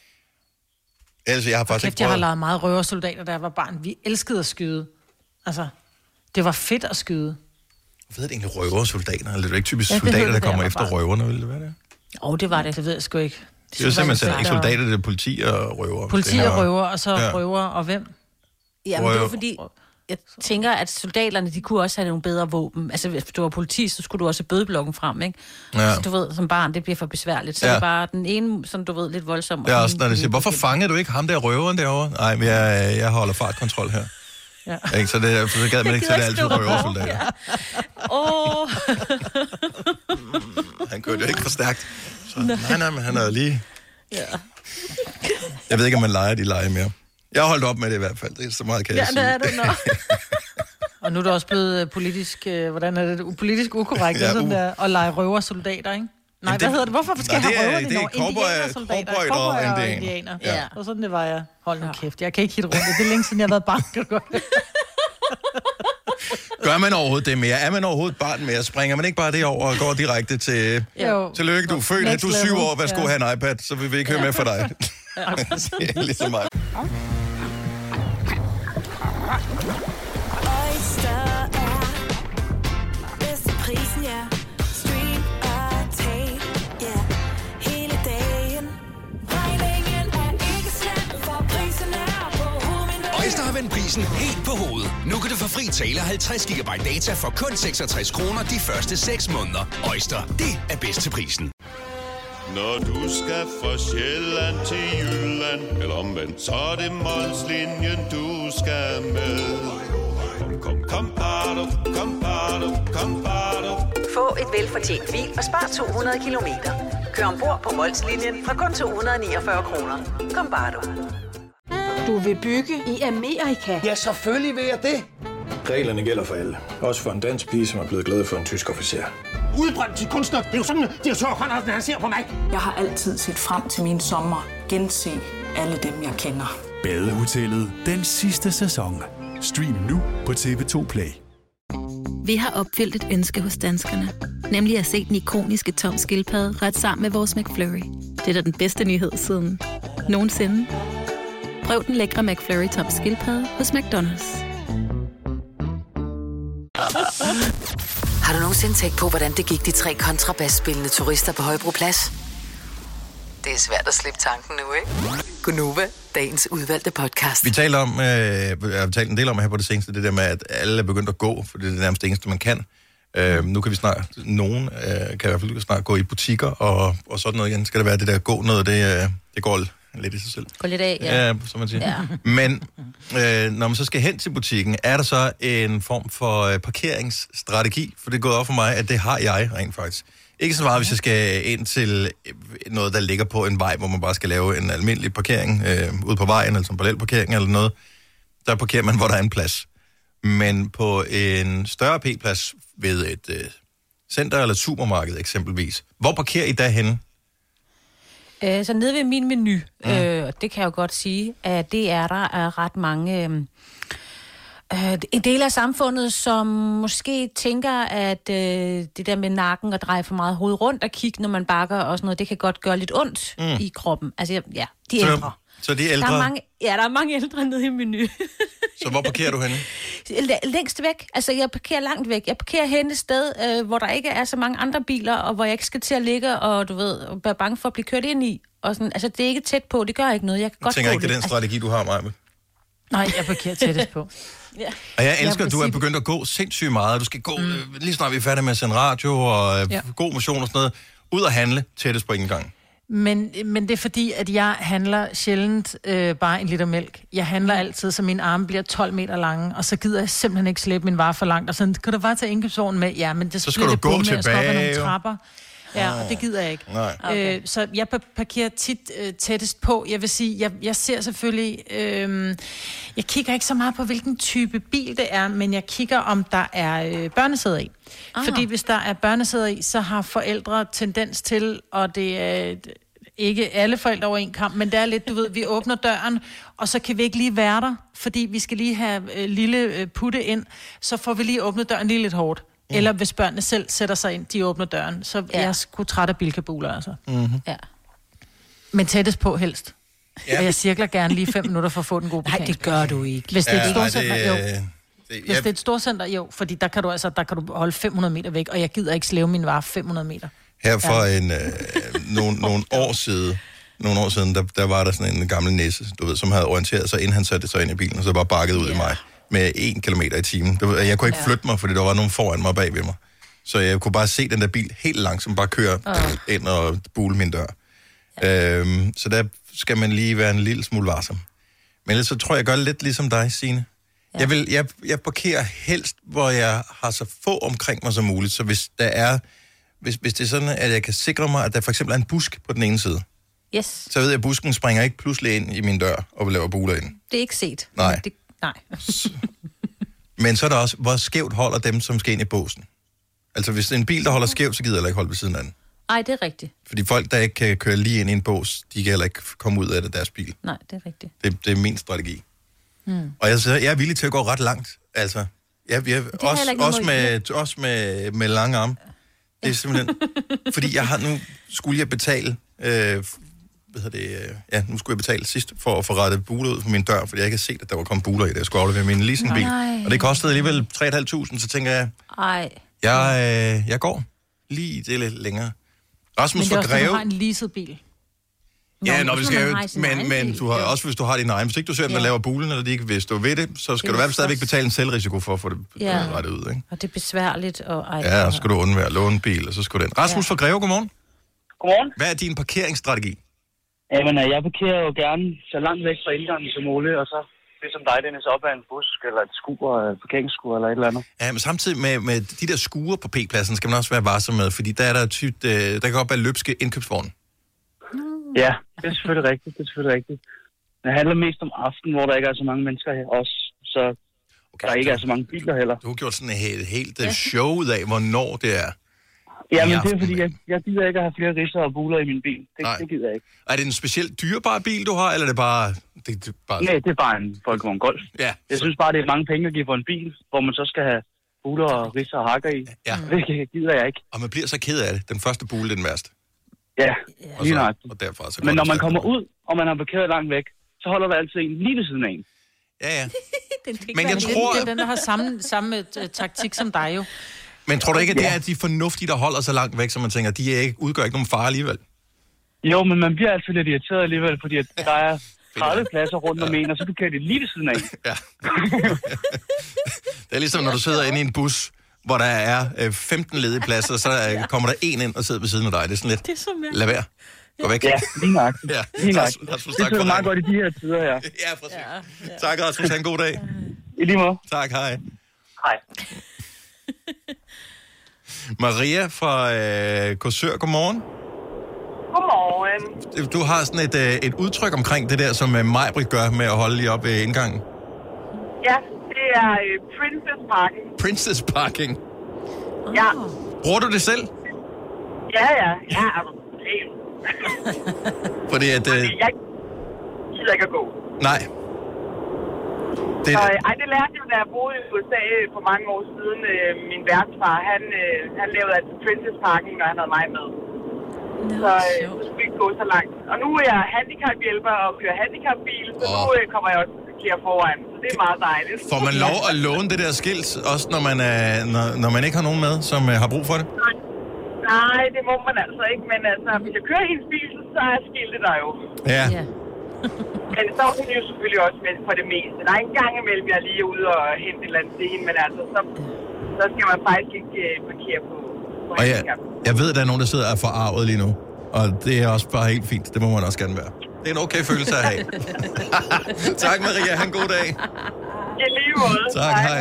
Ellers, jeg har faktisk Kæft, ikke jeg har prøvet... leget meget røversoldater, da jeg var barn. Vi elskede at skyde. Altså, det var fedt at skyde. Jeg ved det egentlig, røversoldater? Eller det er ikke typisk Ja, det soldater, hed der det, da kommer jeg efter var barn. røverne, ville det være det? Åh, oh, det var det. Det ved jeg sgu ikke. Det er jo simpelthen ikke soldater, det er politi og røver. Politi Det og her- røver, og så Ja. røver, og hvem? Jamen, det er Røver. fordi, jeg tænker, at soldaterne, de kunne også have nogle bedre våben. Altså, hvis du var politi, så skulle du også have bødeblokken frem, ikke? Ja. Så du ved, som barn, det bliver for besværligt. Så Ja. ja. er det bare den ene, som du ved, lidt voldsom. Det er også, når det siger, hvorfor fangede du ikke ham der røveren derovre? Nej, men jeg, jeg holder fartkontrol her. Ja. Ikke? Så, det, så gad man ikke, så det er altid røversoldater. Ja. Åh. Han kørte jo ikke for stærkt. Så, nej, nej, men han er jo lige... Ja. Jeg ved ikke, om man leger de leger mere. Jeg har holdt op med det i hvert fald. Det er så meget, kan Ja, jeg det sige. er det nok. Og nu er det også blevet øh, politisk, øh, hvordan er det, politisk ukorrekt, Ja, ja, sådan u- der, at lege røversoldater, ikke? Nej, det- hvad hedder det? Hvorfor skal Nej, jeg det have er- røverne det er over? cowboy- Indianersoldater. cowboy og Cowboy og indianer. indianer. Ja. Ja. Og sådan det var jeg. Hold nu kæft, jeg kan ikke hitte rundt. Det er længe siden, jeg har været barn. Kan du godt? Gør man overhovedet det mere? Er man overhovedet barn mere? Springer man ikke bare det over og går direkte til... Jo. Tillykke, du er født, Next du er syv level. år, værsgo Ja. have en iPad, så vil vi ikke høre mere fra dig. Ja, ligesom mig. Oyster er bedst til prisen, ja. Stream og tag, ja. Hele dagen. Regningen er ikke slem, for prisen er på hovedet. Oyster har vendt prisen helt på hovedet. Nu kan du få fri tale halvtreds gigabyte data for kun seksogtres kroner de første seks måneder. Oyster, det er bedst til prisen. Når du skal fra Sjælland til Jylland, eller omvendt, så er det Molslinjen, du skal med. Kom, kom, kom, bado, kom, bado, kom, bado. Få et velfortjent bil og spar to hundrede kilometer. Kør ombord på Molslinjen fra kun to hundrede niogfyrre kroner. Kom bare du. Du vil bygge i Amerika? Ja, selvfølgelig vil jeg det. Reglerne gælder for alle. Også for en dansk pige, som er blevet glad for en tysk officer. Udbrændt til kunstner. Det er jo sådan, at direktør Conradsen, han ser på mig. Jeg har altid set frem til min sommer. Gense alle dem, jeg kender. Badehotellet den sidste sæson. Stream nu på T V to Play. Vi har opfyldt et ønske hos danskerne. Nemlig at se den ikoniske Tom Skildpadde ret sammen med vores McFlurry. Det er da den bedste nyhed siden nogensinde. Prøv den lækre McFlurry Tom Skildpadde hos McDonald's. Har du nogensinde tænkt på, hvordan det gik de tre kontrabasspillende turister på Højbroplads? Det er svært at slippe tanken nu, ikke? Gunova, dagens udvalgte podcast. Vi taler om, øh, jeg har talt en del om her på det seneste, det der med, at alle er begyndt at gå, for det er det nærmest det eneste, man kan. Øh, nu kan vi snart, nogen øh, kan i hvert fald snart gå i butikker og, og sådan noget igen. Skal det være det der gå noget, det, øh, det går lidt i sig selv. Gå lidt af, ja. Ja, som man siger. Ja. Men øh, når man så skal hen til butikken, er der så en form for øh, parkeringsstrategi? For det er gået op for mig, at det har jeg rent faktisk. Ikke så meget, hvis jeg skal ind til noget, der ligger på en vej, hvor man bare skal lave en almindelig parkering øh, ude på vejen, altså en parallelparkering eller noget. Der parkerer man, hvor der er en plads. Men på en større P-plads ved et øh, center eller et supermarked eksempelvis, hvor parkerer I derhenne? Øh, så nede ved min menu, mm. øh, det kan jeg jo godt sige, at det er der er ret mange... Øh, øh, en del af samfundet, som måske tænker, at øh, det der med nakken og dreje for meget hoved rundt og kigge, når man bakker og sådan noget, det kan godt gøre lidt ondt mm. i kroppen. Altså, ja, de så, ældre. Så de ældre... Der er mange, ja, der er mange ældre nede i menu. Så hvor parkerer du henne? Længst væk. Altså, jeg parkerer langt væk. Jeg parkerer hen et sted, øh, hvor der ikke er så mange andre biler, og hvor jeg ikke skal til at ligge og, du ved, være bange for at blive kørt ind i. Og sådan, altså, det er ikke tæt på. Det gør ikke noget. Jeg kan jeg godt tænker gå ikke, det er den strategi, altså... du har, Maja. Nej, jeg parkerer tættest på. Ja. Og jeg elsker, at du er begyndt at gå sindssygt meget. Du skal gå, mm. lige snart vi er færdige med at sende radio og øh, ja. god motion og sådan noget. Ud og handle tættest på en gang. Men, men det er fordi, at jeg handler sjældent øh, bare en liter mælk. Jeg handler altid, så mine arme bliver tolv meter lange, og så gider jeg simpelthen ikke slæbe min varer for langt. Og sådan, kan du bare tage indkøbsvognen med? Ja, men det så skal du gå tilbage. Så skal nogle trapper. Ja, og det gider jeg ikke. Okay. Øh, så jeg parkerer tit øh, tættest på. Jeg vil sige, jeg, jeg ser selvfølgelig... Øh, jeg kigger ikke så meget på, hvilken type bil det er, men jeg kigger, om der er øh, børnesæder i. Aha. Fordi hvis der er børnesæder i, så har forældre tendens til, og det er... Ikke alle forældre over en kamp, men det er lidt, du ved, vi åbner døren, og så kan vi ikke lige være der, fordi vi skal lige have øh, lille øh, putte ind, så får vi lige åbnet døren lige lidt hårdt. Mm. Eller hvis børnene selv sætter sig ind, de åbner døren. Så ja. Jeg er sgu træt af bilkabuler, altså. Mm-hmm. Ja. Men tættest på helst. Ja. Og jeg cirkler gerne lige fem minutter for at få den gode parkering. Nej, det gør du ikke. Hvis det er et ja, storcenter, det, jo. Det, Hvis det er et storcenter, jo. Fordi der kan du altså, der kan du holde fem hundrede meter væk, og jeg gider ikke slæve min varer fem hundrede meter. Her for ja. en, øh, nogle, nogle år siden, nogle år siden, der, der var der sådan en gammel næse, du ved, som havde orienteret sig, inden han satte sig ind i bilen, og så bare bakket ud yeah. i mig med en kilometer i timen. Var, jeg kunne ikke yeah. flytte mig, fordi der var nogen foran mig og bag ved mig. Så jeg kunne bare se den der bil helt langsomt bare køre oh. ind og bule min dør. Yeah. Øhm, så der skal man lige være en lille smule varsom. Men ellers så tror jeg, jeg gør det lidt ligesom dig, Signe. Yeah. Jeg, vil, jeg, jeg parkerer helst, hvor jeg har så få omkring mig som muligt, så hvis der er Hvis, hvis det er sådan, at jeg kan sikre mig, at der for eksempel er en busk på den ene side, yes. så ved jeg, at busken springer ikke pludselig ind i min dør og laver buler ind. Det er ikke set. Nej. Det, nej. Men så er der også, hvor skævt holder dem, som skal ind i båsen. Altså, hvis det er en bil, der holder skævt, så gider jeg ikke holde ved siden af den. Nej, det er rigtigt. Fordi folk, der ikke kan køre lige ind i en bås, de kan heller ikke komme ud af det, deres bil. Nej, det er rigtigt. Det, det er min strategi. Hmm. Og jeg, jeg er villig til at gå ret langt. Altså, jeg, jeg, også, også, med, også med, med lange arme. Det er simpelthen... fordi jeg har nu... Skulle jeg betale... Øh, hvad hedder det? Øh, ja, nu skulle jeg betale sidst for at få rettet buler ud på min dør, fordi jeg ikke havde set, at der var kommet buler i det. Jeg skulle aflevere min leasingbil. Nej. Og det kostede alligevel tre tusind fem hundrede, så tænker jeg... Ej. Jeg, øh, jeg går lige det lidt længere. Rasmus men det er også, Greve... du har en leaset bil. Ja, Nå, når vi skal jo, men, men du har, også hvis du har din egen. Hvis ikke du ser, at der ja. laver bulen, eller de ikke vil stå ved det, så skal det du i hvert fald stadigvæk betale en selvrisiko for at få det ja. rettet ud, ikke? Og det er besværligt. Og, ej, ja, og så skal du undvære at låne en bil, og så skal du den. Rasmus ja. fra Greve, godmorgen. Godmorgen. Hvad er din parkeringsstrategi? Jamen, jeg parkerer jo gerne så langt væk fra indgangen som muligt, og så ligesom dig, Dennis, op af en busk, eller et skur, et parkeringsskur, eller et eller andet. Ja, men samtidig med, med de der skure på P-pladsen, skal man også være varsom med, fordi der er der tyt, der kan godt være løbske indkøbsvogne. Ja, det er selvfølgelig rigtigt, det er selvfølgelig rigtigt. Det handler mest om aftenen, hvor der ikke er så mange mennesker her også, så okay, der ikke er så mange biler heller. Du har gjort sådan et helt, helt show ud af, hvornår det er. Ja, men det er fordi, jeg, jeg gider ikke at have flere ridser og buler i min bil. Det, det gider jeg ikke. Er det en specielt dyrebar bil, du har, eller er det bare... Det, det bare... Nej, det er bare en Volkswagen Golf. Ja, jeg så... synes bare, det er mange penge at give for en bil, hvor man så skal have buler og ridser og hakker i. Ja. Det gider jeg ikke. Og man bliver så ked af det. Den første bule, det er den værste. Ja, lige nok. Og derfra, så men når man kommer ud, og man har parkeret langt væk, så holder der altid en lige ved siden af en. Ja, ja. Men jeg tror... Det er den, der har samme, samme uh, taktik som dig jo. Men tror du ikke, at det Ja. er, at de er fornuftige, der holder så langt væk, så man tænker, de er ikke, udgør ikke nogen fare alligevel? Jo, men man bliver altid lidt irriteret alligevel, fordi at der er tredive pladser rundt om en, og så parkerer de lige ved siden af. Ja. Det er ligesom, når du sidder inde i en bus, hvor der er øh, femten ledige pladser, så øh, kommer der en ind og sidder ved siden af dig. Det er sådan lidt, Det er så mærkeligt. lad være. Gå væk. Ja, lige nøjagtigt. Ja, Lige nøjagtigt. Rasmus, Det tak er for meget det. godt i de her tider her. Ja, præcis. Ja, ja. Tak, Rasmus. Ha' en god dag. I lige måde. Tak, hej. Hej. Maria fra øh, Korsør, godmorgen. Godmorgen. Du har sådan et, øh, et udtryk omkring det der, som øh, Majbrit gør med at holde lige op ved indgangen. Ja, det er øh, Princess Parking. Princess Parking. Ja. Bruger du det selv? Ja, ja. Ja, altså, helt. Fordi at... Øh, Jeg gider ikke at gå. nej. Det, Så, øh, ej, det lærte jeg, da jeg boede i U S A for mange år siden. Øh, min værtsfar, han, øh, han lavede altså Princess Parking, når han havde mig med. Så øh, så skulle vi ikke gå så langt. Og nu er jeg handicaphjælper og kører handicapbil, så nu øh, kommer jeg også til at parkere foran. Så det er meget dejligt. får man lov at låne det der skilt, også når man, er, når, når man ikke har nogen med, som øh, har brug for det? Nej, det må man altså ikke, men altså, hvis jeg kører i en bil, så er skiltet der jo. Ja. Men så er det jo selvfølgelig også med for det meste. Der er en gang imellem, jeg er lige ude og hente et eller andet sten, men altså, så, så skal man faktisk ikke uh, parkere på, på Og jeg, handicap. jeg ved, at der er nogen, der sidder og er forarvet lige nu. Og det er også bare helt fint. Det må man også gerne være. Det er en okay følelse at have. Tak, Maria. Ha' en god dag. I lige måde. Tak, hej.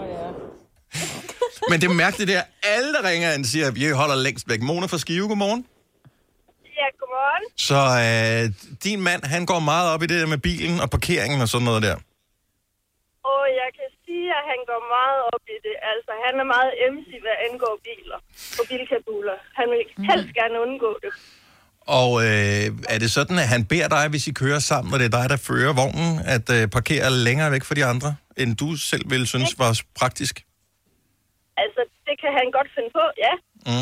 Men det er mærkeligt, det er alle, der ringer ind, siger, at vi holder længst væk. Mona fra Skive, godmorgen. Ja, godmorgen. Så øh, din mand, han går meget op i det der med bilen og parkeringen og sådan noget der. Og jeg kan sige, at han går meget op i det. Altså, han er meget emsig, hvad angår biler og bilkabuler. Han vil helst gerne undgå det. Og øh, er det sådan, at han beder dig, hvis I kører sammen, og det er dig, der fører vognen, at øh, parkere længere væk fra de andre, end du selv ville synes var praktisk? Altså, det kan han godt finde på, ja. Mm.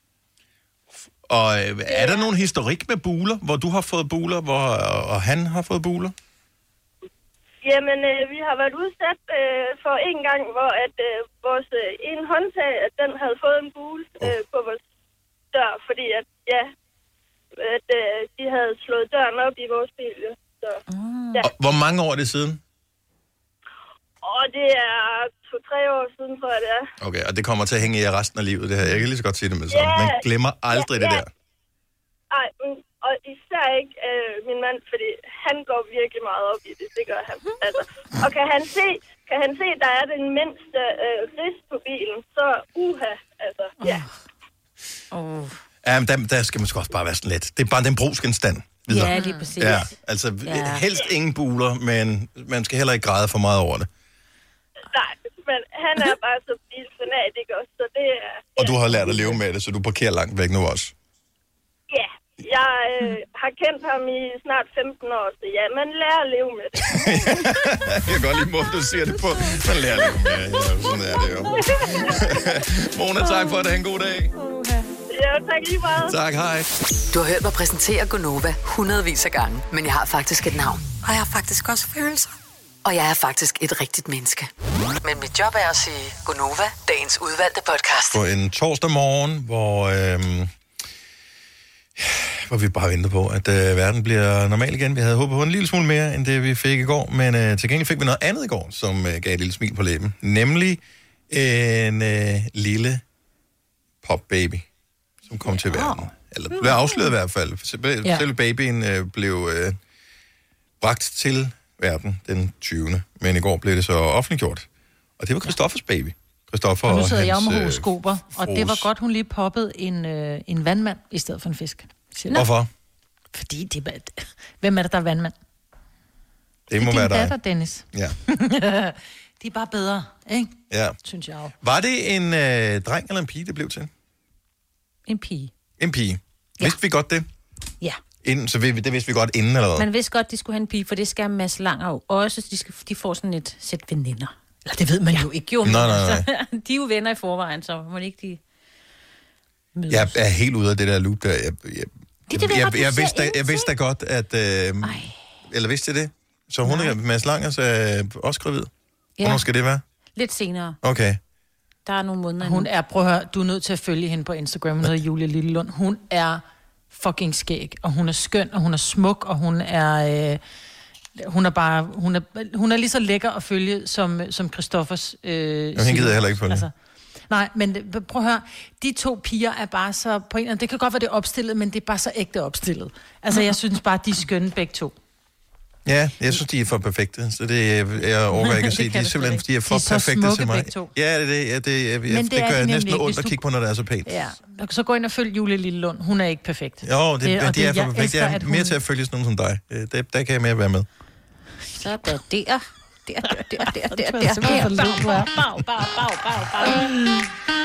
Og øh, er der nogen historik med buler, hvor du har fået buler, hvor, og han har fået buler? Jamen, øh, vi har været udsat øh, for en gang, hvor at øh, vores øh, en håndtag, at den havde fået en bule øh, på vores dør, fordi at, ja, at øh, de havde slået døren op i vores bil. Ja. Så, ja. Og hvor mange år er det siden? Og det er to-tre år siden, tror jeg, det er. Okay, og det kommer til at hænge i jer resten af livet, det her. Jeg kan lige så godt sige det med det samme. Ja. Man glemmer aldrig Ja, det ja. der. Ej, men, og især ikke øh, min mand, fordi han går virkelig meget op i det, det gør han. Altså, og kan han se, kan han se, der er den mindste øh, rist på bilen, så uha, altså, ja. Oh. Ja, men der, der skal man sgu også bare være sådan lidt. Det er bare den brugsgenstand. Videre. Ja, lige præcis. Ja, altså Ja. helst ingen buler, men man skal heller ikke græde for meget over det. Nej, men han er bare så bilfanatiker, så det er... Og du har lært at leve med det, så du parkerer langt væk nu også. Ja, jeg øh, har kendt ham i snart femten år, så ja, man lærer at leve med det. Jeg kan godt lide måde, du siger det på. Man lærer at leve med det. Ja, sådan er det jo. Mona, tak for det. Ha' en god dag. Ja, tak lige meget. Tak, hej. Du har hørt mig præsentere Gonova hundredvis af gange, men jeg har faktisk et navn. Og jeg har faktisk også følelser. Og jeg er faktisk et rigtigt menneske. Men mit job er at sige Gonova, dagens udvalgte podcast. På en torsdag morgen, hvor, øhm, hvor vi bare venter på, at øh, verden bliver normal igen. Vi havde håbet på en lille smule mere, end det vi fik i går, men øh, til gengæld fik vi noget andet i går, som øh, gav et lille smil på læben. Nemlig en øh, lille popbaby, som kom til verden. Eller blev afsløret i hvert fald. Selve Ja. babyen øh, blev øh, bragt til verden den tyvende Men i går blev det så offentliggjort. Og det var Christoffers baby. Christoffer Og nu og sidder hans, jeg med øh, horoskoper, og det var frus. godt, hun lige poppede en, øh, en vandmand i stedet for en fisk. Siger jeg. Hvorfor? Fordi det er bare... Hvem er det, der er vandmand? Det må Din være dig. datter, Dennis. Ja. De er bare bedre, ikke? Ja. Synes jeg jo. Var det en øh, dreng eller en pige, det blev til? En pige. En pige. Ja. Vidste vi godt det? Ja. Inden, så vi, det vidste vi godt inden, eller hvad? Man vidste godt, de skulle have en pige, for det skal Mads Langer jo også. De, skal, de får sådan et sæt veninder. Eller det ved man ja. jo ikke, jo. Nej, nej, nej. Altså, de er jo venner i forvejen, så må ikke de mødes. Jeg er helt ude af det der loop der. Jeg, jeg, Det er jeg, det der, jeg, hvor du jeg, ser vidste, da, jeg ingenting. vidste da godt, at... Øh, eller vidste jeg det? Så hun er Mads Langers øh, også gravid? Ja. Hvornår skal det være? Lidt senere. Okay. der er nogle måneder. Hun er, prøv at høre, du er nødt til at følge hende på Instagram. Hun hedder Julie Lillelund. Hun er fucking skæg, og hun er skøn, og hun er smuk, og hun er... Øh, hun er bare... Hun er, hun er lige så lækker at følge, som, som Christoffers... Øh, Jamen, hende gider jeg heller ikke følge. Altså, nej, men prøv at høre, de to piger er bare så... På en, det kan godt være, det er opstillet, men det er bare så ægte opstillet. Altså, jeg synes bare, de er skønne begge to. Ja, jeg synes, de er for perfekte, så det jeg overgår ikke at se. De er simpelthen, de er for de er perfekte til mig. Ja, det, det, ja, det, jeg, det, det gør jeg næsten ondt at kigge på, når det er så pænt. Ja, så gå ind og følg Julie Lillelund. Hun er ikke perfekt. Jo, det, det, de det, er for perfekte. Jeg er mere hun... til at følge sådan nogen som dig. Der, der kan jeg mere være med. Så er der der. Der, der, der, der, der, der. Bag, bag, bag, bag,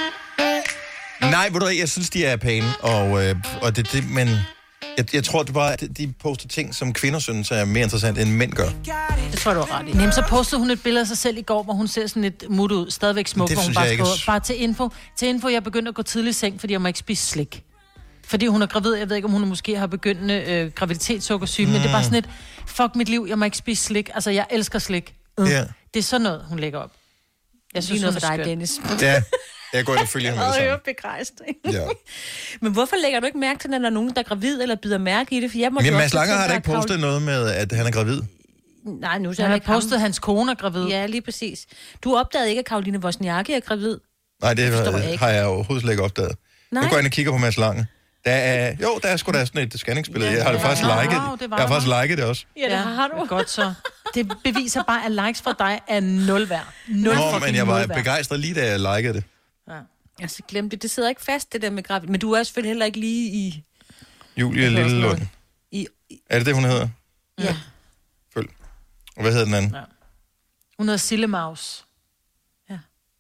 bag. Nej, ved du hvad, jeg synes, de er pæne, og, øh, og det, det, men... Jeg, jeg tror, det bare, at de poster ting, som kvinder synes er mere interessant, end mænd gør. Det tror du er ret i. Jamen, så postede hun et billede af sig selv i går, hvor hun ser sådan lidt mut ud. Stadigvæk smuk, hvor hun bare skriver. Ikke... Bare til info. Til info, jeg er begyndt at gå tidlig i seng, fordi jeg må ikke spise slik. Fordi hun er gravid. Jeg ved ikke, om hun måske har begyndende øh, graviditetssukkersyge, mm. men det er bare sådan et, fuck mit liv, jeg må ikke spise slik. Altså, jeg elsker slik. Uh. Yeah. Det er sådan noget, hun lægger op. Jeg synes, noget for dig, Dennis. Ja. Jeg går ind og følger ham med sammen. Jeg er begejstret. Ja. Men hvorfor lægger du ikke mærke til, når der er nogen, der er gravid, eller bider mærke i det? For jeg må Men Mads Langer har da ikke postet noget med, at han er gravid? Nej, nu så han har ikke postet, at hans kone er gravid. Ja, lige præcis. Du opdagede ikke, at Karoline Wozniacki er gravid? Nej, det jeg har jeg overhovedet slet ikke opdaget. Nej. Jeg går ind og kigger på Mads Langer. Der er, jo, der er sgu da sådan et scanningsbillede. Ja, jeg har det faktisk ja, liket. Wow, det jeg har faktisk liket det også. Ja, det har du. Godt så. Det beviser bare, at likes fra dig er nul værd. Nul Nå, men jeg var begejstret lige, da jeg likede det. Ja. Altså, glem det. Det sidder ikke fast, det der med gravid. Men du er selvfølgelig heller ikke lige i... Julie Lillelund. I... Er det det, hun hedder? Ja. Følg. Og hvad hedder den anden? Ja. Hun hedder Sille Maus. Ja.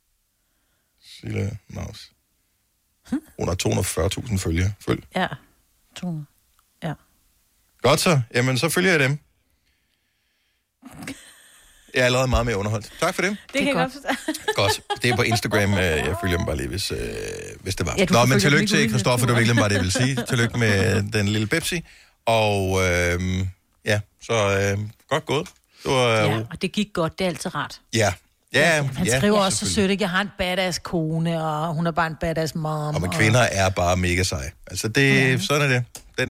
Sille Maus. Hm? Hun har to hundrede og fyrre tusind følgere. Følg. Ja. to hundrede. Ja. Godt så. Jamen, så følger jeg dem. Jeg er allerede meget mere underholdt. Tak for det. Det, det kan godt. Godt. Det er på Instagram. Jeg følger dem bare lige, hvis, øh, hvis det var. Ja, Nå, men tillykke til Christoffer. Det var virkelig bare det, jeg ville sige. Tillykke med den lille Pepsi. Og øh, ja, så øh, godt gået. Det var, øh, ja, og det gik godt. Det er altid rart. Ja. Ja, han ja, skriver også så sødt, ikke? Jeg har en badass kone, og hun er bare en badass mom. Og men kvinder og... er bare mega seje. Altså, det, ja. Sådan er det. Den...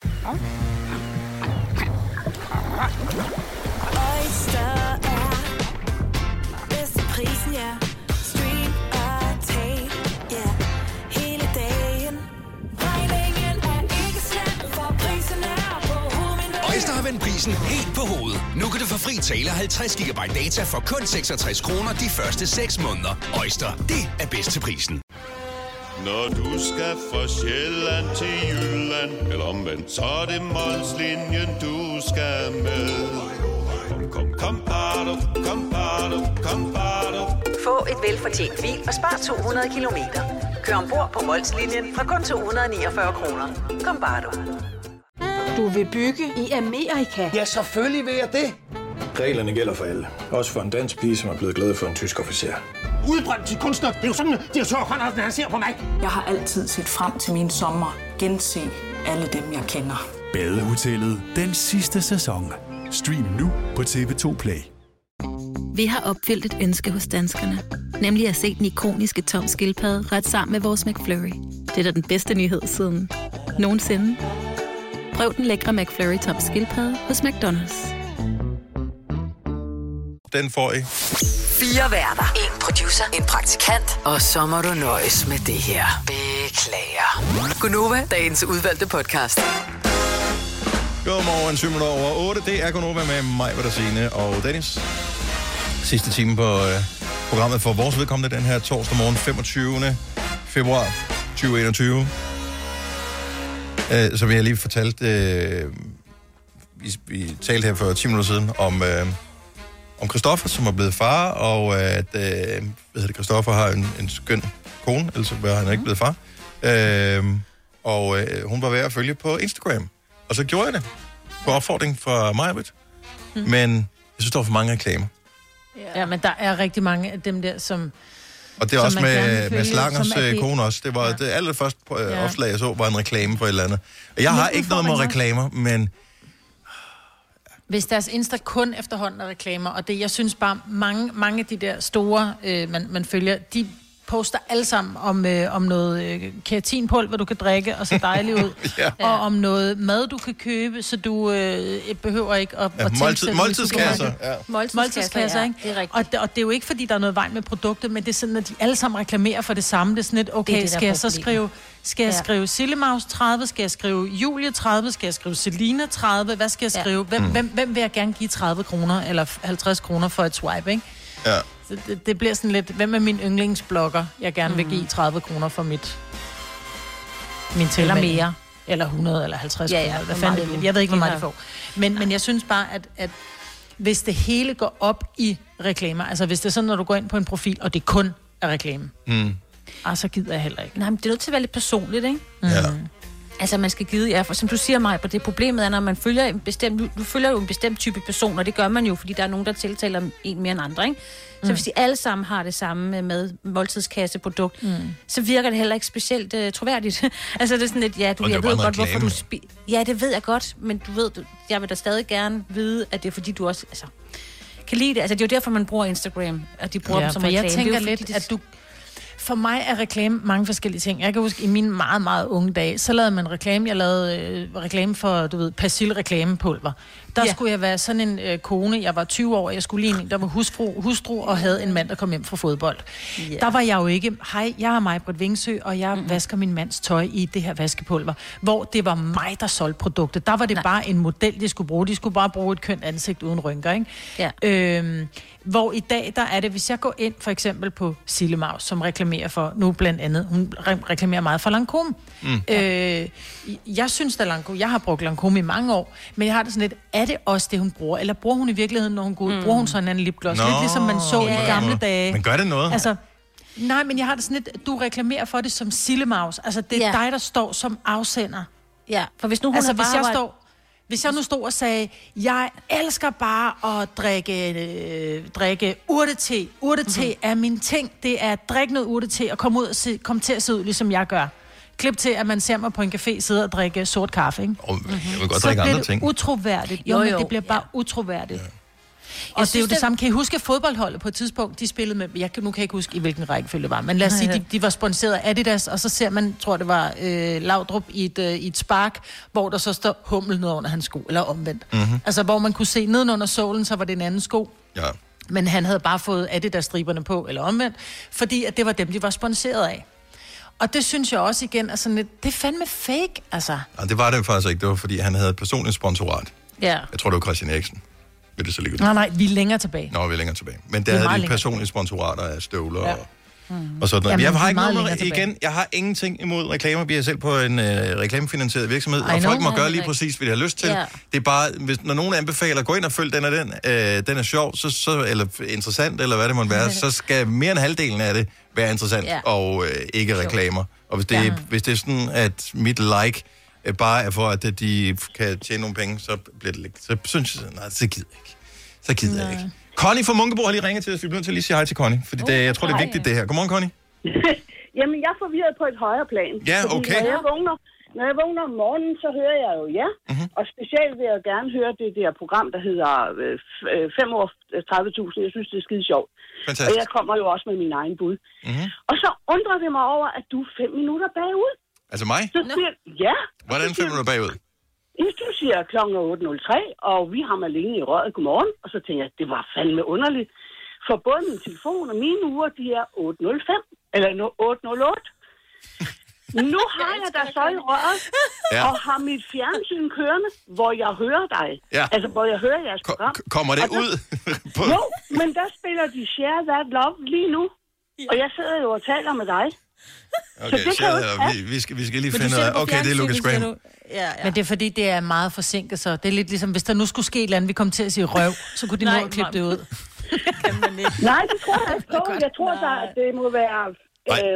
Øjster har vendt prisen helt på hovedet. Nu kan du få fri tale halvtreds gigabyte data for kun seksogtres kroner de første seks måneder. Øjster, det er bedst til prisen. Når du skal fra Sjælland til Jylland, eller omvendt, så er det Molslinjen, du skal med. Kom, kom, kom, bado, kom, bado, kom, bado. Få et velfortjent bil og spar to hundrede kilometer. Kør ombord på Molslinjen fra kun to hundrede og niogfyrre kroner. Kom, bado. Du vil bygge i Amerika? Ja, selvfølgelig vil jeg det. Reglerne gælder for alle. Også for en dansk pige, som er blevet glad for en tysk officer. Udbrændt til kunstner. Det er jo sådan, at direktør Conradsen, han ser på mig. Jeg har altid set frem til min sommer. Gense alle dem, jeg kender. Badehotellet den sidste sæson. Stream nu på T V to Play. Vi har opfyldt et ønske hos danskerne. Nemlig at se den ikoniske Tom Skildpadde ret sammen med vores McFlurry. Det er da den bedste nyhed siden nogensinde. Prøv den lækre McFlurry Tom Skildpadde hos McDonald's. Den får I. Fire værter. En producer. En praktikant. Og så må du nøjes med det her. Beklager. Gunova, dagens udvalgte podcast. Godmorgen, syv minutter over otte. Det er Gunova med mig, Bertasine og Dennis. Sidste time på øh, programmet for vores vedkommende den her torsdag morgen, femogtyvende februar tyve enogtyve. Øh, som jeg lige fortalte, øh, vi, vi talte her for ti minutter siden om, øh, om Christoffer, som er blevet far, og at øh, hvad hedder det, Christoffer har en, en skøn kone, ellers var han ikke blevet far. Øh, og øh, hun var ved at følge på Instagram. Og så gjorde jeg det på opfordring fra Majbrit. Mm. Men jeg synes, der var for mange reklamer. Ja, men der er rigtig mange af dem der, som... Og det er også med, med Slangers det... kone også. Det var ja. det allerførste ja. opslag, jeg så, var en reklame for et eller andet. Jeg men har ikke noget med reklamer, men... Hvis deres Insta kun efterhånden er reklamer, og det, jeg synes bare, mange, mange af de der store, øh, man, man følger, de poster alle sammen om, øh, om noget øh, keratinpulver, du kan drikke, og så dejligt ud. ja. Og om noget mad, du kan købe, så du øh, behøver ikke at, ja, at måltid, tænke... måltidskasser. Ja. Måltidskasser, måltidskasser ja, ikke? Det er rigtigt. Og det, og det er jo ikke, fordi der er noget vej med produktet, men det er sådan, at de alle sammen reklamerer for det samme. Det er sådan lidt, okay, det det, skal jeg så skrive... Skal jeg ja. skrive Sillemaus tredive? Skal jeg skrive Julie tredive? Skal jeg skrive Selina tredive? Hvad skal jeg skrive? Ja. Hvem, mm. hvem, hvem vil jeg gerne give tredive kroner eller halvtreds kroner for et swipe, ikke? Ja. Så det, det bliver sådan lidt, hvem er min yndlingsblogger, jeg gerne vil give tredive kroner for mit... Min eller mere. Eller hundrede eller halvtreds ja, ja, kroner. Hvad fanden det, jeg ved ikke, hvor meget de får. Men, men jeg synes bare, at, at hvis det hele går op i reklamer, altså hvis det er sådan, når du går ind på en profil, og det kun er reklame, mm. ah, så gider jeg heller ikke. Nej, men det er nødt til at være lidt personligt, ikke? Mm. Ja. Altså, man skal give, ja, for som du siger mig, på det problemet er, når man følger en bestemt, du, du følger jo en bestemt type person, og det gør man jo, fordi der er nogen, der tiltaler en mere end andre, ikke? Så mm. hvis de alle sammen har det samme med måltidskasseprodukt, mm. så virker det heller ikke specielt uh, troværdigt. Altså, det er sådan lidt, ja, du, jeg ved godt, hvorfor du spi- Ja, det ved jeg godt, men du ved, du, jeg vil da stadig gerne vide, at det er fordi, du også, altså, kan lide det. Altså, det er jo derfor, man bruger Instagram, og de bruger ja, dem som for reklame. Jeg tænker jo, lidt, at du... For mig er reklame mange forskellige ting. Jeg kan huske, i mine meget, meget unge dage, så lavede man reklame. Jeg lavede øh, reklame for, du ved, Persil-reklamepulver. Der ja. skulle jeg være sådan en øh, kone. Jeg var tyve år, jeg skulle lige en, der var husfru, hustru og havde en mand, der kom hjem fra fodbold. Ja. Der var jeg jo ikke, hej, jeg er Maj-Britt Vingsø, og jeg mm-hmm. vasker min mands tøj i det her vaskepulver. Hvor det var mig, der solgte produktet. Der var det Nej. bare en model, de skulle bruge. De skulle bare bruge et kønt ansigt uden rynker, ikke? Ja. Øhm, hvor i dag, der er det, hvis jeg går ind for eksempel på Sillemaus, som reklamerer for, nu blandt andet, hun re- reklamerer meget for Lancôme. Mm. Øh, jeg synes, at Lancôme, jeg har brugt Lancôme i mange år, men jeg har det sådan lidt, er det også det, hun bruger? Eller bruger hun i virkeligheden, når hun går ud? Mm. Bruger hun sådan en anden lipgloss? Lidt ligesom man så yeah. i gamle dage. Men gør det noget? Altså, nej, men jeg har det sådan lidt, du reklamerer for det som Sillemaus. Altså, det er yeah. dig, der står som afsender. Ja, for hvis nu hun altså, er hvis bare... jeg står... Hvis jeg nu stod og sagde, jeg elsker bare at drikke, øh, drikke urtete. Urtete mm-hmm. er min ting. Det er at drikke noget urtete og komme, ud og se, komme til at se ud, ligesom jeg gør. Klip til, at man ser mig på en café sidde og drikke sort kaffe, ikke? Oh, jeg vil godt drikke andre ting. Så bliver det utroværdigt. Jo, jo, jo. Det bliver bare ja. utroværdigt. Ja. Og jeg det er jo det, det samme. Kan I huske fodboldholdet på et tidspunkt, de spillede med, jeg kan, nu kan jeg ikke huske, i hvilken rækkefølge det var, men lad os sige, de, de var sponsoreret af Adidas, og så ser man, tror det var øh, Laudrup i et, øh, i et spark, hvor der så står Hummel ned under hans sko, eller omvendt. Mm-hmm. Altså, hvor man kunne se nedenunder sålen, så var det en anden sko. Ja. Men han havde bare fået Adidas-striberne på, eller omvendt, fordi at det var dem, de var sponsoreret af. Og det synes jeg også igen er sådan lidt, det er fandme fake, altså. Ja, det var det faktisk ikke, det var fordi, han havde et personligt sponsorat. Ja. Jeg tror, det var Christian Eriksen. Vil det så ligge ud? Nej, nej, vi er længere tilbage. Nå, vi er længere tilbage. Men der havde de personlige sponsorater af støvler ja. og, mm. og sådan noget. Men jeg har ikke noget igen, jeg har ingenting imod reklamer. Vi er selv på en øh, reklamefinansieret virksomhed, I og folk må gøre lige præcis, hvad de har lyst til. Yeah. Det er bare, hvis, når nogen anbefaler, gå ind og følg den og den, øh, den er sjov, så, så, eller interessant, eller hvad det må være, så skal mere end halvdelen af det være interessant, yeah. og øh, ikke reklamer. Og hvis det, yeah. hvis det er sådan, at mit like øh, bare er for, at de kan tjene nogle penge, så bliver det lidt. Så synes jeg, nej, så gider jeg ikke. Så gider jeg ikke. Connie fra Munkebo har lige ringet til os. Vi bliver nødt til at lige sige hej til Connie, fordi det, jeg tror, det er vigtigt, det her. Godmorgen, Connie. Jamen, jeg er forvirret på et højere plan. Ja, okay. Når jeg vågner, når jeg vågner om morgenen, så hører jeg jo ja. Mm-hmm. Og specielt vil jeg gerne høre det der program, der hedder øh, fem år tredive tusind. Jeg synes, det er skide sjovt. Fantastisk. Og jeg kommer jo også med min egen bud. Mm-hmm. Og så undrer det mig over, at du er fem minutter bagud. Altså mig? Så siger, ja. Hvordan fem minutter bagud? Du siger klokken otte nul tre, og vi har Malene i røret. Godmorgen. Og så tænker jeg, det var fandme underligt. For både min telefon og mine uger, de er otte nul fem. Eller otte nul otte. Nu har jeg dig så i røret, ja. og har mit fjernsyn kørende, hvor jeg hører dig. Ja. Altså, hvor jeg hører jeres program. K- kommer det der, ud? på... Jo, men der spiller de Share That Love lige nu. Ja. Og jeg sidder jo og taler med dig. Okay, så det kan vi, vi, skal, vi skal lige finde ud af, okay, det er Lucas Graham. Ja, ja. Men det er fordi, det er meget forsinket, så det er lidt ligesom, hvis der nu skulle ske et eller andet, vi kom til at sige røv, så kunne de nå at klippe det ud. Nej, det tror jeg ikke på. Jeg tror, at det må være øh,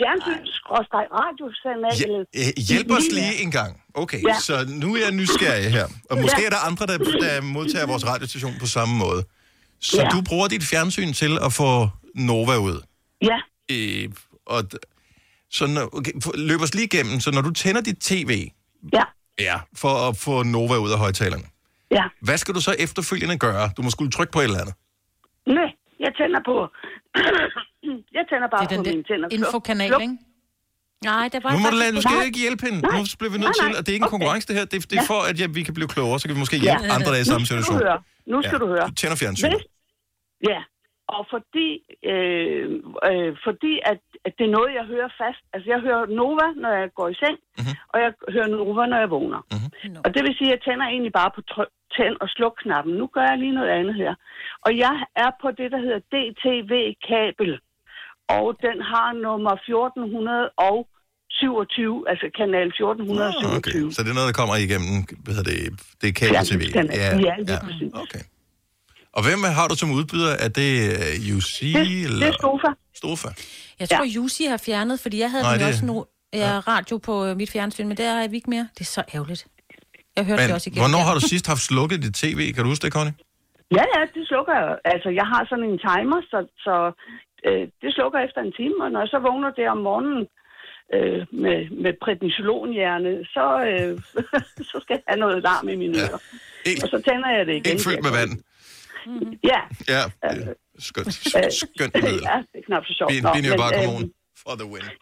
fjernsyn-radio-kanal. Ja, hjælp os lige en gang. Okay, ja. Så nu er jeg nysgerrig her. Og måske ja. er der andre, der, der modtager vores radiostation på samme måde. Så ja. du bruger dit fjernsyn til at få Nova ud? Ja. Øh, og så når, okay, løb os lige igennem, så når du tænder dit tv, ja. Ja, for at få Nova ud af højtalerne, ja. hvad skal du så efterfølgende gøre? Du må skulle trykke på et eller andet. Nej, jeg tænder på... jeg tænder bare det er den på mine tænder. Infokanal, Sluk. ikke? Nej, det var Nu må du, lade, du skal Nej. ikke hjælpe hende. Nej. Nu bliver vi nødt Nej, til, nej. at det er ikke en Okay. konkurrence, det her. Det, det er Ja. for, at ja, vi kan blive klogere, så kan vi måske hjælpe Ja. andre, der er i samme Nu skal situation. du høre. Nu skal Ja. du høre. Du tænder fjernsynet. Hvis, ja, og fordi, øh, øh, fordi at, at det er noget, jeg hører fast. Altså, jeg hører Nova, når jeg går i seng, Mhm. og jeg hører Nova, når jeg vågner. Mm-hmm. Og det vil sige, at jeg tænder egentlig bare på tryk, tænd- og sluk-knappen. Nu gør jeg lige noget andet her. Og jeg er på det, der hedder D T V-kabel. Og den har nummer fjorten syvogtyve, altså kanal fjorten syvogtyve. Okay, så det er noget, der kommer igennem, hvad hedder det, det er kabel-tv. Fjernsynskanal. Ja, lige præcis. Okay. Og hvem har du som udbyder? Er det uh, U C? Det, eller? det er Stofa. Stofa. Jeg tror, ja. U C har fjernet, fordi jeg havde Nej, Nej, det- også no- ja, radio på øh, mit fjernsyn, men der har vi ikke mere. Det er så ærgerligt. Jeg hørte Men det også igen. hvornår har du sidst haft slukket dit tv? Kan du huske det, Connie? Ja, ja, det slukker jeg. Altså, jeg har sådan en timer, så, så øh, det slukker efter en time, og når jeg så vågner der om morgenen øh, med, med prednisolonhjerne, så, øh, så skal jeg have noget larm i mine ører. Og så tænder jeg det igen. Ikke fyldt med vand. Mm-hmm. Ja. Ja, det er skønt, skønt, skønt middel. Ja, det er knap så sjovt. Bin, Nå, bin men, bare øh, kommunen for the win.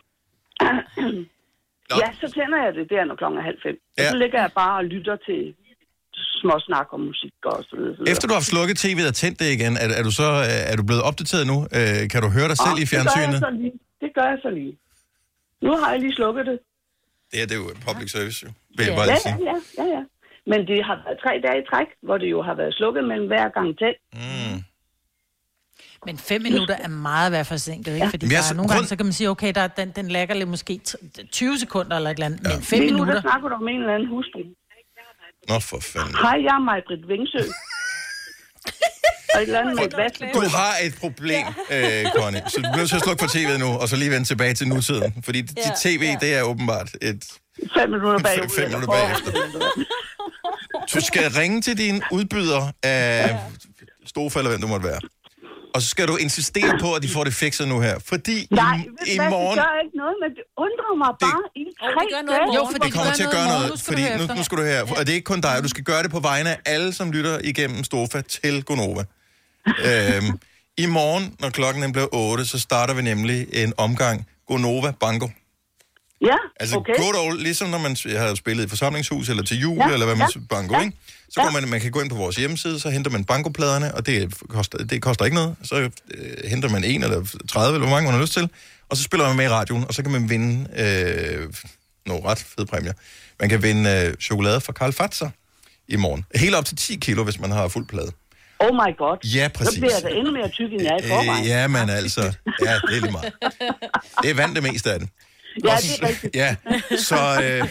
Ja, så tænder jeg det der, når klokken er halv fem. Og Ja. så ligger jeg bare og lytter til små snak om musik og så videre. så videre. Efter du har slukket tv'et og tændt det igen, er, er, du så er du blevet opdateret nu? Øh, kan du høre dig selv Åh, i fjernsynet? Det gør, jeg så lige. det gør jeg så lige. Nu har jeg lige slukket det. Det er det er jo public service, jo. Vil jeg Ja, bare ja, lige sige. ja, ja, ja. Men det har været tre dage i træk, hvor det jo har været slukket mellem hver gang tændt. Mm. Men fem minutter er meget værd forsinket, ikke? Ja. Fordi Men der jeg er så- nogle gange, grund- så kan man sige, okay, der, den, den lægger lidt måske t- tyve sekunder eller et eller andet, ja. men fem Lige nu, minutter... der snakker du om en eller anden hustru. Nå, for fanden. Hej, jeg er Maj-Britt Vingsø. Og et eller andet med et vaskepulver. Du har et problem, øh, Connie, så du bliver nødt til at slukke for tv'et nu, og så lige vende tilbage til nutiden. Fordi dit Ja, tv, det er åbenbart et... Fem minutter bagud. Fem, fem minutter bagefter. Du skal ringe til din udbyder af Stofa, eller hvem du måtte være. Og så skal du insistere på, at de får det fikset nu her. Fordi Nej, i, i hvad, morgen... det gør ikke noget, men det undrer mig bare i tre dage. Jo, for Det kommer til at gøre noget, fordi nu, nu skal du høre, og det er ikke kun dig, du skal gøre det på vegne af alle, som lytter igennem Stofa til Gonova. øhm, I morgen, når klokken den bliver otte, så starter vi nemlig en omgang Gonova Bango. Ja, Altså okay. good old, ligesom når man har spillet i forsamlingshus eller til jul, Ja, eller hvad man ja, bango, ja, ikke? Så går man, man kan gå ind på vores hjemmeside, så henter man bankopladerne, og det koster, det koster ikke noget. Så øh, henter man en eller tredive, eller hvor mange man har lyst til, og så spiller man med i radioen, og så kan man vinde øh, nogle ret fede præmier. Man kan vinde øh, chokolade fra Karl Fatser i morgen. Helt op til ti kilo, hvis man har fuld plade. Oh my god. Ja, præcis. Så bliver jeg da endnu mere tyk, end jeg er i forvejen. Øh, ja, men altså, ja, det er lige meget. Det er vand det meste af det. Ja, det er rigtigt. Ja, så... Øh...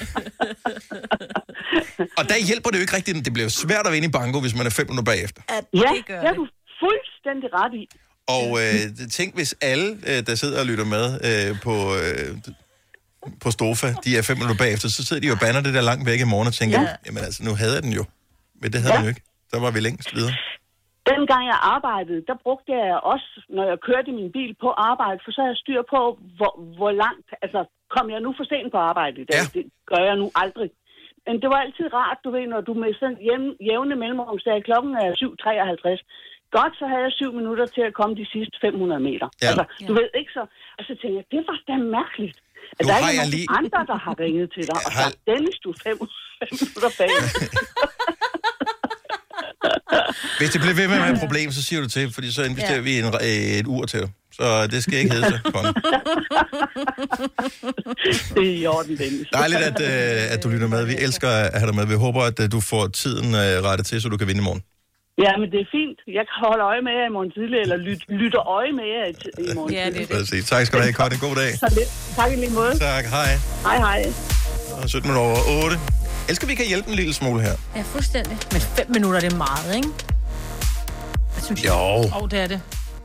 Og der hjælper det jo ikke rigtigt. Det bliver jo svært at vinde i banko, hvis man er fem minutter bagefter. Ja, det er du fuldstændig ret i. Og øh, tænk, hvis alle, øh, der sidder og lytter med øh, på, øh, på Stofa, de er fem minutter bagefter, så sidder de jo og banner det der langt væk i morgen og tænker, Ja. jamen altså, nu havde jeg den jo. Men det havde Ja. den jo ikke. Så var vi længst videre. Dengang jeg arbejdede, der brugte jeg også, når jeg kørte i min bil på arbejde, for så havde jeg styr på, hvor, hvor langt, altså kom jeg nu for sent på arbejde i dag. Ja. Det gør jeg nu aldrig. Men det var altid rart, du ved, når du med sådan jævne, jævne mellemrum sagde, klokken er syv treoghalvtreds. Godt, så havde jeg syv minutter til at komme de sidste fem hundrede meter. Ja. Altså, du ved ikke så. Og så tænkte jeg, det var da mærkeligt. At Nu der er har ikke jeg nogen lige- andre, der har ringet til dig. Og har- sagt, Dennis, du er fem, fem minutter bag. Hvis det bliver ved med at være et problem, så siger du til, fordi så investerer ja. vi en, et ur til dig. Så det skal ikke hedde sig, Connie. Det er i orden, Dennis. Dejligt, at, øh, at du lytter med. Vi elsker at have dig med. Vi håber, at øh, du får tiden øh, rettet til, så du kan vinde i morgen. Ja, men det er fint. Jeg kan holde øje med jer i morgen tidlig, eller lyt, lytter øje med jer i, t- i morgen Ja, det er tidlig. Præcis. Tak skal du have, Connie. God dag. Så lidt. Tak i lige måde. Tak, hej. Hej, hej. Og sytten minutter over otte. Elsker, vi kan hjælpe en lille smule her. Ja, fuldstændig. Men fem minutter, det er meget, ikke? Jeg synes, Jo. Åh, oh, det er det.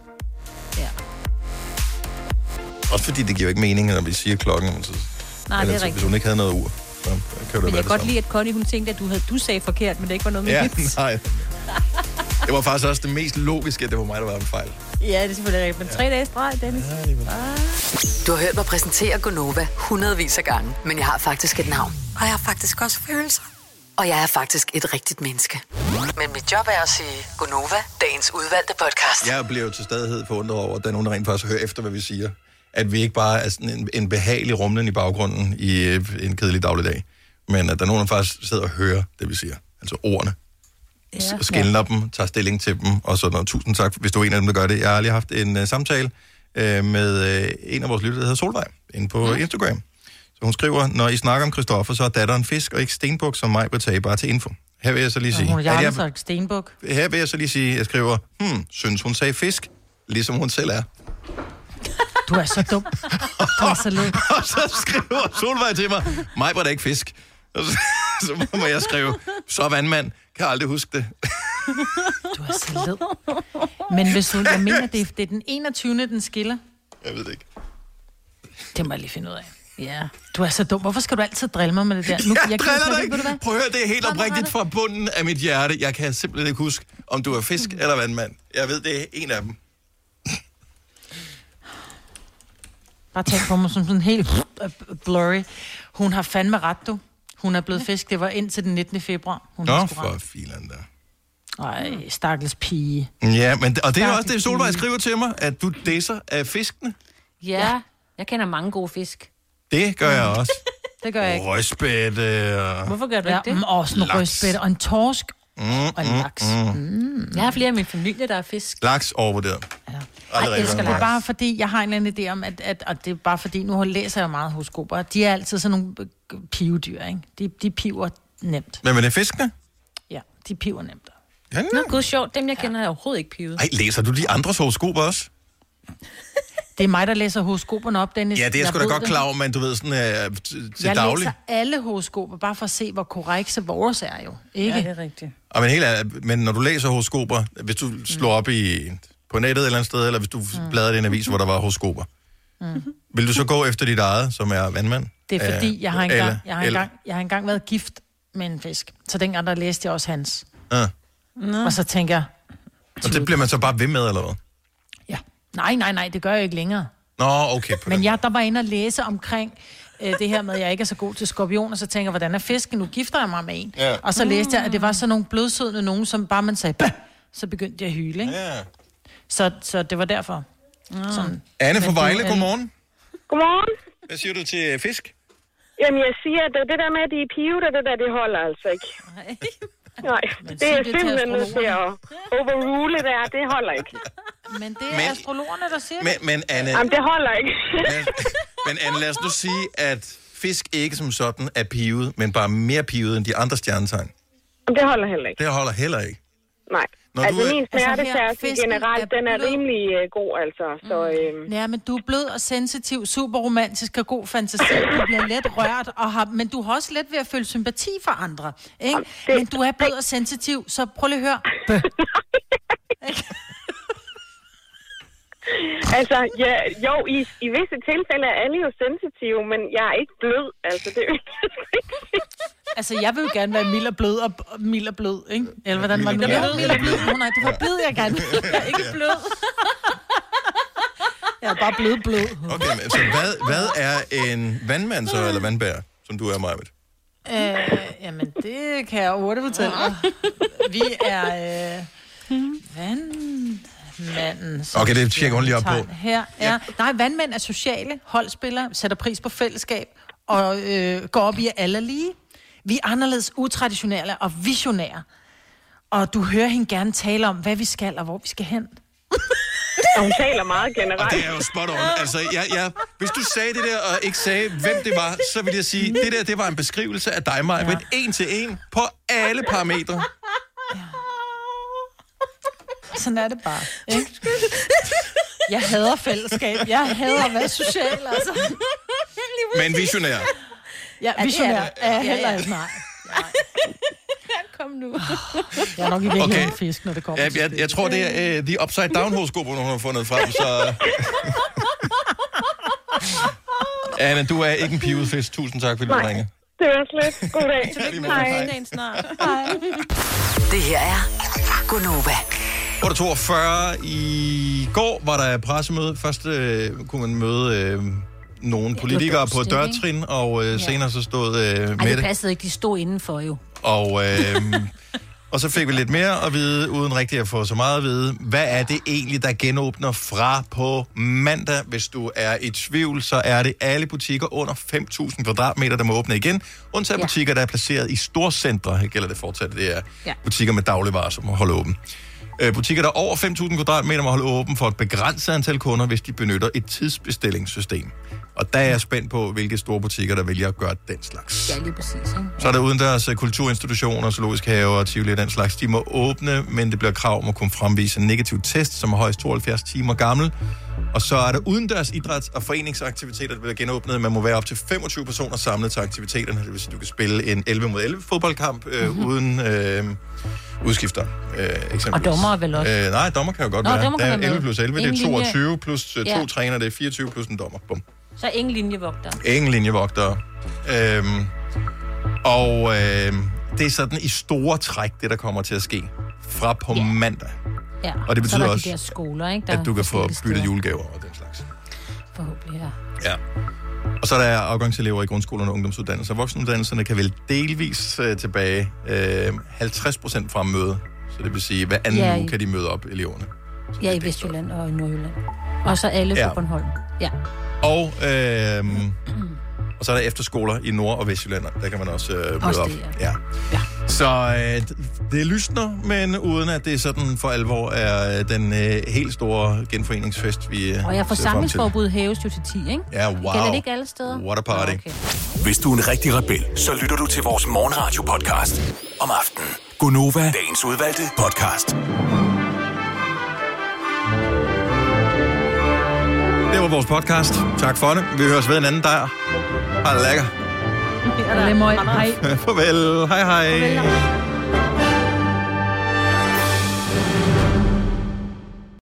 Også fordi det giver jo ikke mening, når vi siger klokken. Så, Nej, det er hvis rigtigt. hun ikke havde noget ur, så kan det Men være jeg kan det godt samme. lide, at Connie, hun tænkte, at du, havde, du sagde forkert, men det ikke var noget med Ja, hits. nej. Det var faktisk også det mest logiske, at det var mig, der var en fejl. Ja, det er selvfølgelig rigtigt. Men tre dage streg, Dennis. Ja, Du har hørt mig præsentere Gonova hundredvis af gange, men jeg har faktisk et navn. Og jeg har faktisk også følelser. Og jeg er faktisk et rigtigt menneske. Men mit job er at sige Gonova, dagens udvalgte podcast. Jeg bliver jo til stadighed forundret over, at der er nogen, der rent faktisk hører efter, hvad vi siger. At vi ikke bare er sådan en, en behagelig rumlen i baggrunden i øh, en kedelig dagligdag. Men at der er nogen, der faktisk sidder og hører det, vi siger. Altså ordene. Ja. Skiller dem, tager stilling til dem, og sådan noget. Tusind tak, hvis du er en af dem, der gør det. Jeg har lige haft en uh, samtale uh, med uh, en af vores lyttere, der hedder Solvej, inde på mm. Instagram. Så hun skriver, når I snakker om Christoffer, så er datteren fisk og ikke stenbuk, som mig betager bare til info. Her vil jeg så lige sige... Hun har sagt stenbuk. Her vil jeg så lige sige, jeg skriver, hmm, synes hun sagde fisk, ligesom hun selv er. Du er så dum. Du er så led. Og så skriver Solvej til mig, mig var da ikke fisk. Og så, så må jeg skrive, så vandmand, kan aldrig huske det. Du er så led. Men hvis du, jeg mener, det er, det er den enogtyvende den skiller. Jeg ved det ikke. Det må jeg lige finde ud af. Ja, du er så dum. Hvorfor skal du altid drille mig med det der? Nu, jeg jeg driller dig ikke. Prøv at høre, det er helt oprigtigt fra bunden af mit hjerte. Jeg kan simpelthen ikke huske, om du er fisk mm. eller vandmand. Jeg ved, det er en af dem. Bare tænk på mig som sådan helt blurry. Hun har fandme ret, du. Hun er blevet fisk. Det var indtil den nittende februar. Hun Nå, for filan der. Ej, stakkels pige. Ja, men, og det er også det, Solvej skriver til mig, at du disser af fiskene. Ja, jeg kender mange gode fisk. Det gør jeg også. Det gør jeg ikke. Rødspætte og... Hvorfor gør du ja, ikke det? Mm, også en rødspætte og en torsk. Mm, og en laks. Mm, mm. Jeg har flere af min familie, der er fisk. Laks overvurderet. Ja. Ej, jeg elsker det bare fordi, jeg har en eller anden idé om, at, at, at det er bare fordi, nu læser jeg meget horoskoper, de er altid sådan nogle pivedyr, ikke? De, de piver nemt. Men med det fiskene? Ja, de piver nemt. Ja, ja. Nå, gud sjovt. Dem, jeg kender, er overhovedet ikke pivet. Ej, læser du de andre horoskoper også? Det er mig, der læser horoskoperne op, Dennis. Ja, det er jeg sgu da godt klar over, men du ved sådan uh, til jeg daglig. Jeg læser alle horoskoper, bare for at se, hvor korrekse vores er jo. Ikke? Ja, det er rigtigt. Og men, helt, men når du læser horoskoper, hvis du slår op i, på nettet et eller andet sted, eller hvis du mm. bladrer i en avis, hvor der var horoskoper, mm. vil du så gå efter dit eget, som er vandmand? Det er fordi, jeg har engang, jeg har engang, jeg har engang været gift med en fisk. Så dengang, der læste jeg også hans. Ja. Og så tænker jeg... Og det bliver man så bare ved med, eller hvad? Ja. Nej, nej, nej, det gør jeg ikke længere. Nå, okay. Men jeg, der var inde og læse omkring øh, det her med, at jeg ikke er så god til skorpioner, så tænker jeg, hvordan er fisken? Nu gifter jeg mig med en. Ja. Og så læste jeg, at det var sådan nogle blødsødende nogen, som bare man sagde, bah! Så begyndte jeg at hyle, ikke? Ja. Så, så det var derfor. Ja. Sådan. Anne fra Vejle, godmorgen. Godmorgen. Hvad siger du til fisk? Jamen, jeg siger, at det der med, at de er pive, det der, det holder altså ikke. Nej. Nej, det er simpelthen nødt til at overrule det her. Det holder ikke. Men det er men, astrologerne, der siger men, det. Men Anne... Jamen, det holder ikke. men, men Anne, lad os nu sige, at fisk ikke som sådan er pivet, men bare mere pivet end de andre stjernetegn. Det holder heller ikke. Det holder heller ikke. Nej. Når altså, du, min smertetærskel altså, generelt, er den er rimelig uh, god, altså. Så, øh... Ja, men du er blød og sensitiv, super romantisk og god fantasi. Du bliver let rørt, og har, men du har også let ved at føle sympati for andre. Ikke? Det... Men du er blød og sensitiv, så prøv lige at høre. altså, ja, jo, i, i visse tilfælde er alle jo sensitive, men jeg er ikke blød. Altså, det er jo Altså, jeg vil jo gerne være mild og blød og, og mild og blød, ikke? Eller hvordan var det nu? Ja, mild og blød. Oh, nej, det var blød, jeg gerne. Jeg er ikke blød. Jeg er bare blød blød. Okay, men så hvad, hvad er en vandmand så, eller vandbærer, som du er, Majbet? Øh, jamen, det kan jeg hurtigt fortælle dig. Vi er øh, vandmanden. Okay, det tjekker hun lige op på. Her, ja. Ja. Nej, vandmænd er sociale holdspillere, sætter pris på fællesskab og øh, går op i, at alle er lige. Vi er anderledes utraditionelle og visionære. Og du hører hende gerne tale om, hvad vi skal og hvor vi skal hen. Og hun taler meget generelt. Og det er jo spot on. Altså, ja, ja. Hvis du sagde det der, og ikke sagde, hvem det var, så vil jeg sige, det der, det var en beskrivelse af dig, Maja, ja. En til en på alle parametre. Ja. Sådan er det bare, ikke? Jeg hader fællesskab. Jeg hader at være social, altså. Men visionær. Ja, visionær er jeg heller ikke, nej. Kom nu. Jeg er nok i virkeligheden okay. fisk, når det kommer ja, til jeg, jeg tror, det er uh, de upside down horoskoper, hun har fundet frem, så... Anna, du er ikke en pivet fisk. Tusind tak, fordi du ringede. Det var slet. God dag. Hej. Snart. Hej. Det her er Gonova. otte toogfyrre i går var der pressemøde. Først øh, kunne man møde øh, nogle politikere på dørtrin, og øh, senere så stod øh, Ej, Mette. det passede ikke, de stod indenfor jo. Og, øh, og så fik vi lidt mere at vide, uden rigtig at få så meget at vide. Hvad er det egentlig, der genåbner fra på mandag? Hvis du er i tvivl, så er det alle butikker under fem tusind kvadratmeter, der må åbne igen. Undtagen ja. butikker, der er placeret i storcentre. Her gælder det fortsat, det er ja. butikker med dagligvarer, som må holde åben. Butikker, der er over fem tusind kvadratmeter, må holde åben for et begrænset antal kunder, hvis de benytter et tidsbestillingssystem. Og der er jeg spændt på, hvilke store butikker, der vælger at gøre den slags. Ja, lige præcis. Ikke? Ja. Så er der udendørs kulturinstitutioner, zoologiske haver og tivoli og den slags. De må åbne, men det bliver krav om at kunne fremvise en negativ test, som er højst tooghalvfjerds timer gammel. Og så er der udendørs idræts- og foreningsaktiviteter, der bliver genåbnet. Man må være op til femogtyve personer samlet til aktiviteterne. Det vil sige, du kan spille en elleve mod elleve fodboldkamp øh, mm-hmm. uden øh, udskifter. Øh, og dommer er vel også? Øh, nej, dommer kan jo godt Nå, være. Der er elleve plus elleve, ingen det er toogtyve plus øh, ja. to træner, det er fireogtyve plus en dommer. Bum. Så ingen linjevogter? Ingen linjevogter. Øhm, og øh, det er sådan i store træk, det der kommer til at ske fra på ja. mandag. Ja. Og det betyder så er der også, de der skoler, ikke? Der at du kan få byttet julegaver og den slags. Forhåbentlig, ja. Ja. Og så er der afgangselever i grundskolen og ungdomsuddannelser. Voksenuddannelserne kan vel delvis øh, tilbage øh, halvtreds procent fra møde. Så det vil sige, hver anden ja, uge kan de møde op, eleverne. Ja, i Vestjylland og i Nordjylland. Og så alle ja. på Bornholm. Ja. Og, øh, og så er der efterskoler i Nord- og Vestjylland. Der kan man også øh, møde også op. det, ja. Ja. Ja. Så øh, det lysner, men uden at det sådan for alvor er den øh, helt store genforeningsfest, vi øh, og jeg får samlingsforbud hæves jo til ti, ikke? Ja, wow. Gælder det ikke alle steder? What a party. Okay. Hvis du er en rigtig rebel, så lytter du til vores morgenradio-podcast om aftenen. Gonova, dagens udvalgte podcast. Det var vores podcast. Tak for det. Vi høres ved en anden dag. Ha' det lækker. Hej. Farvel. Hej hej. Farvel.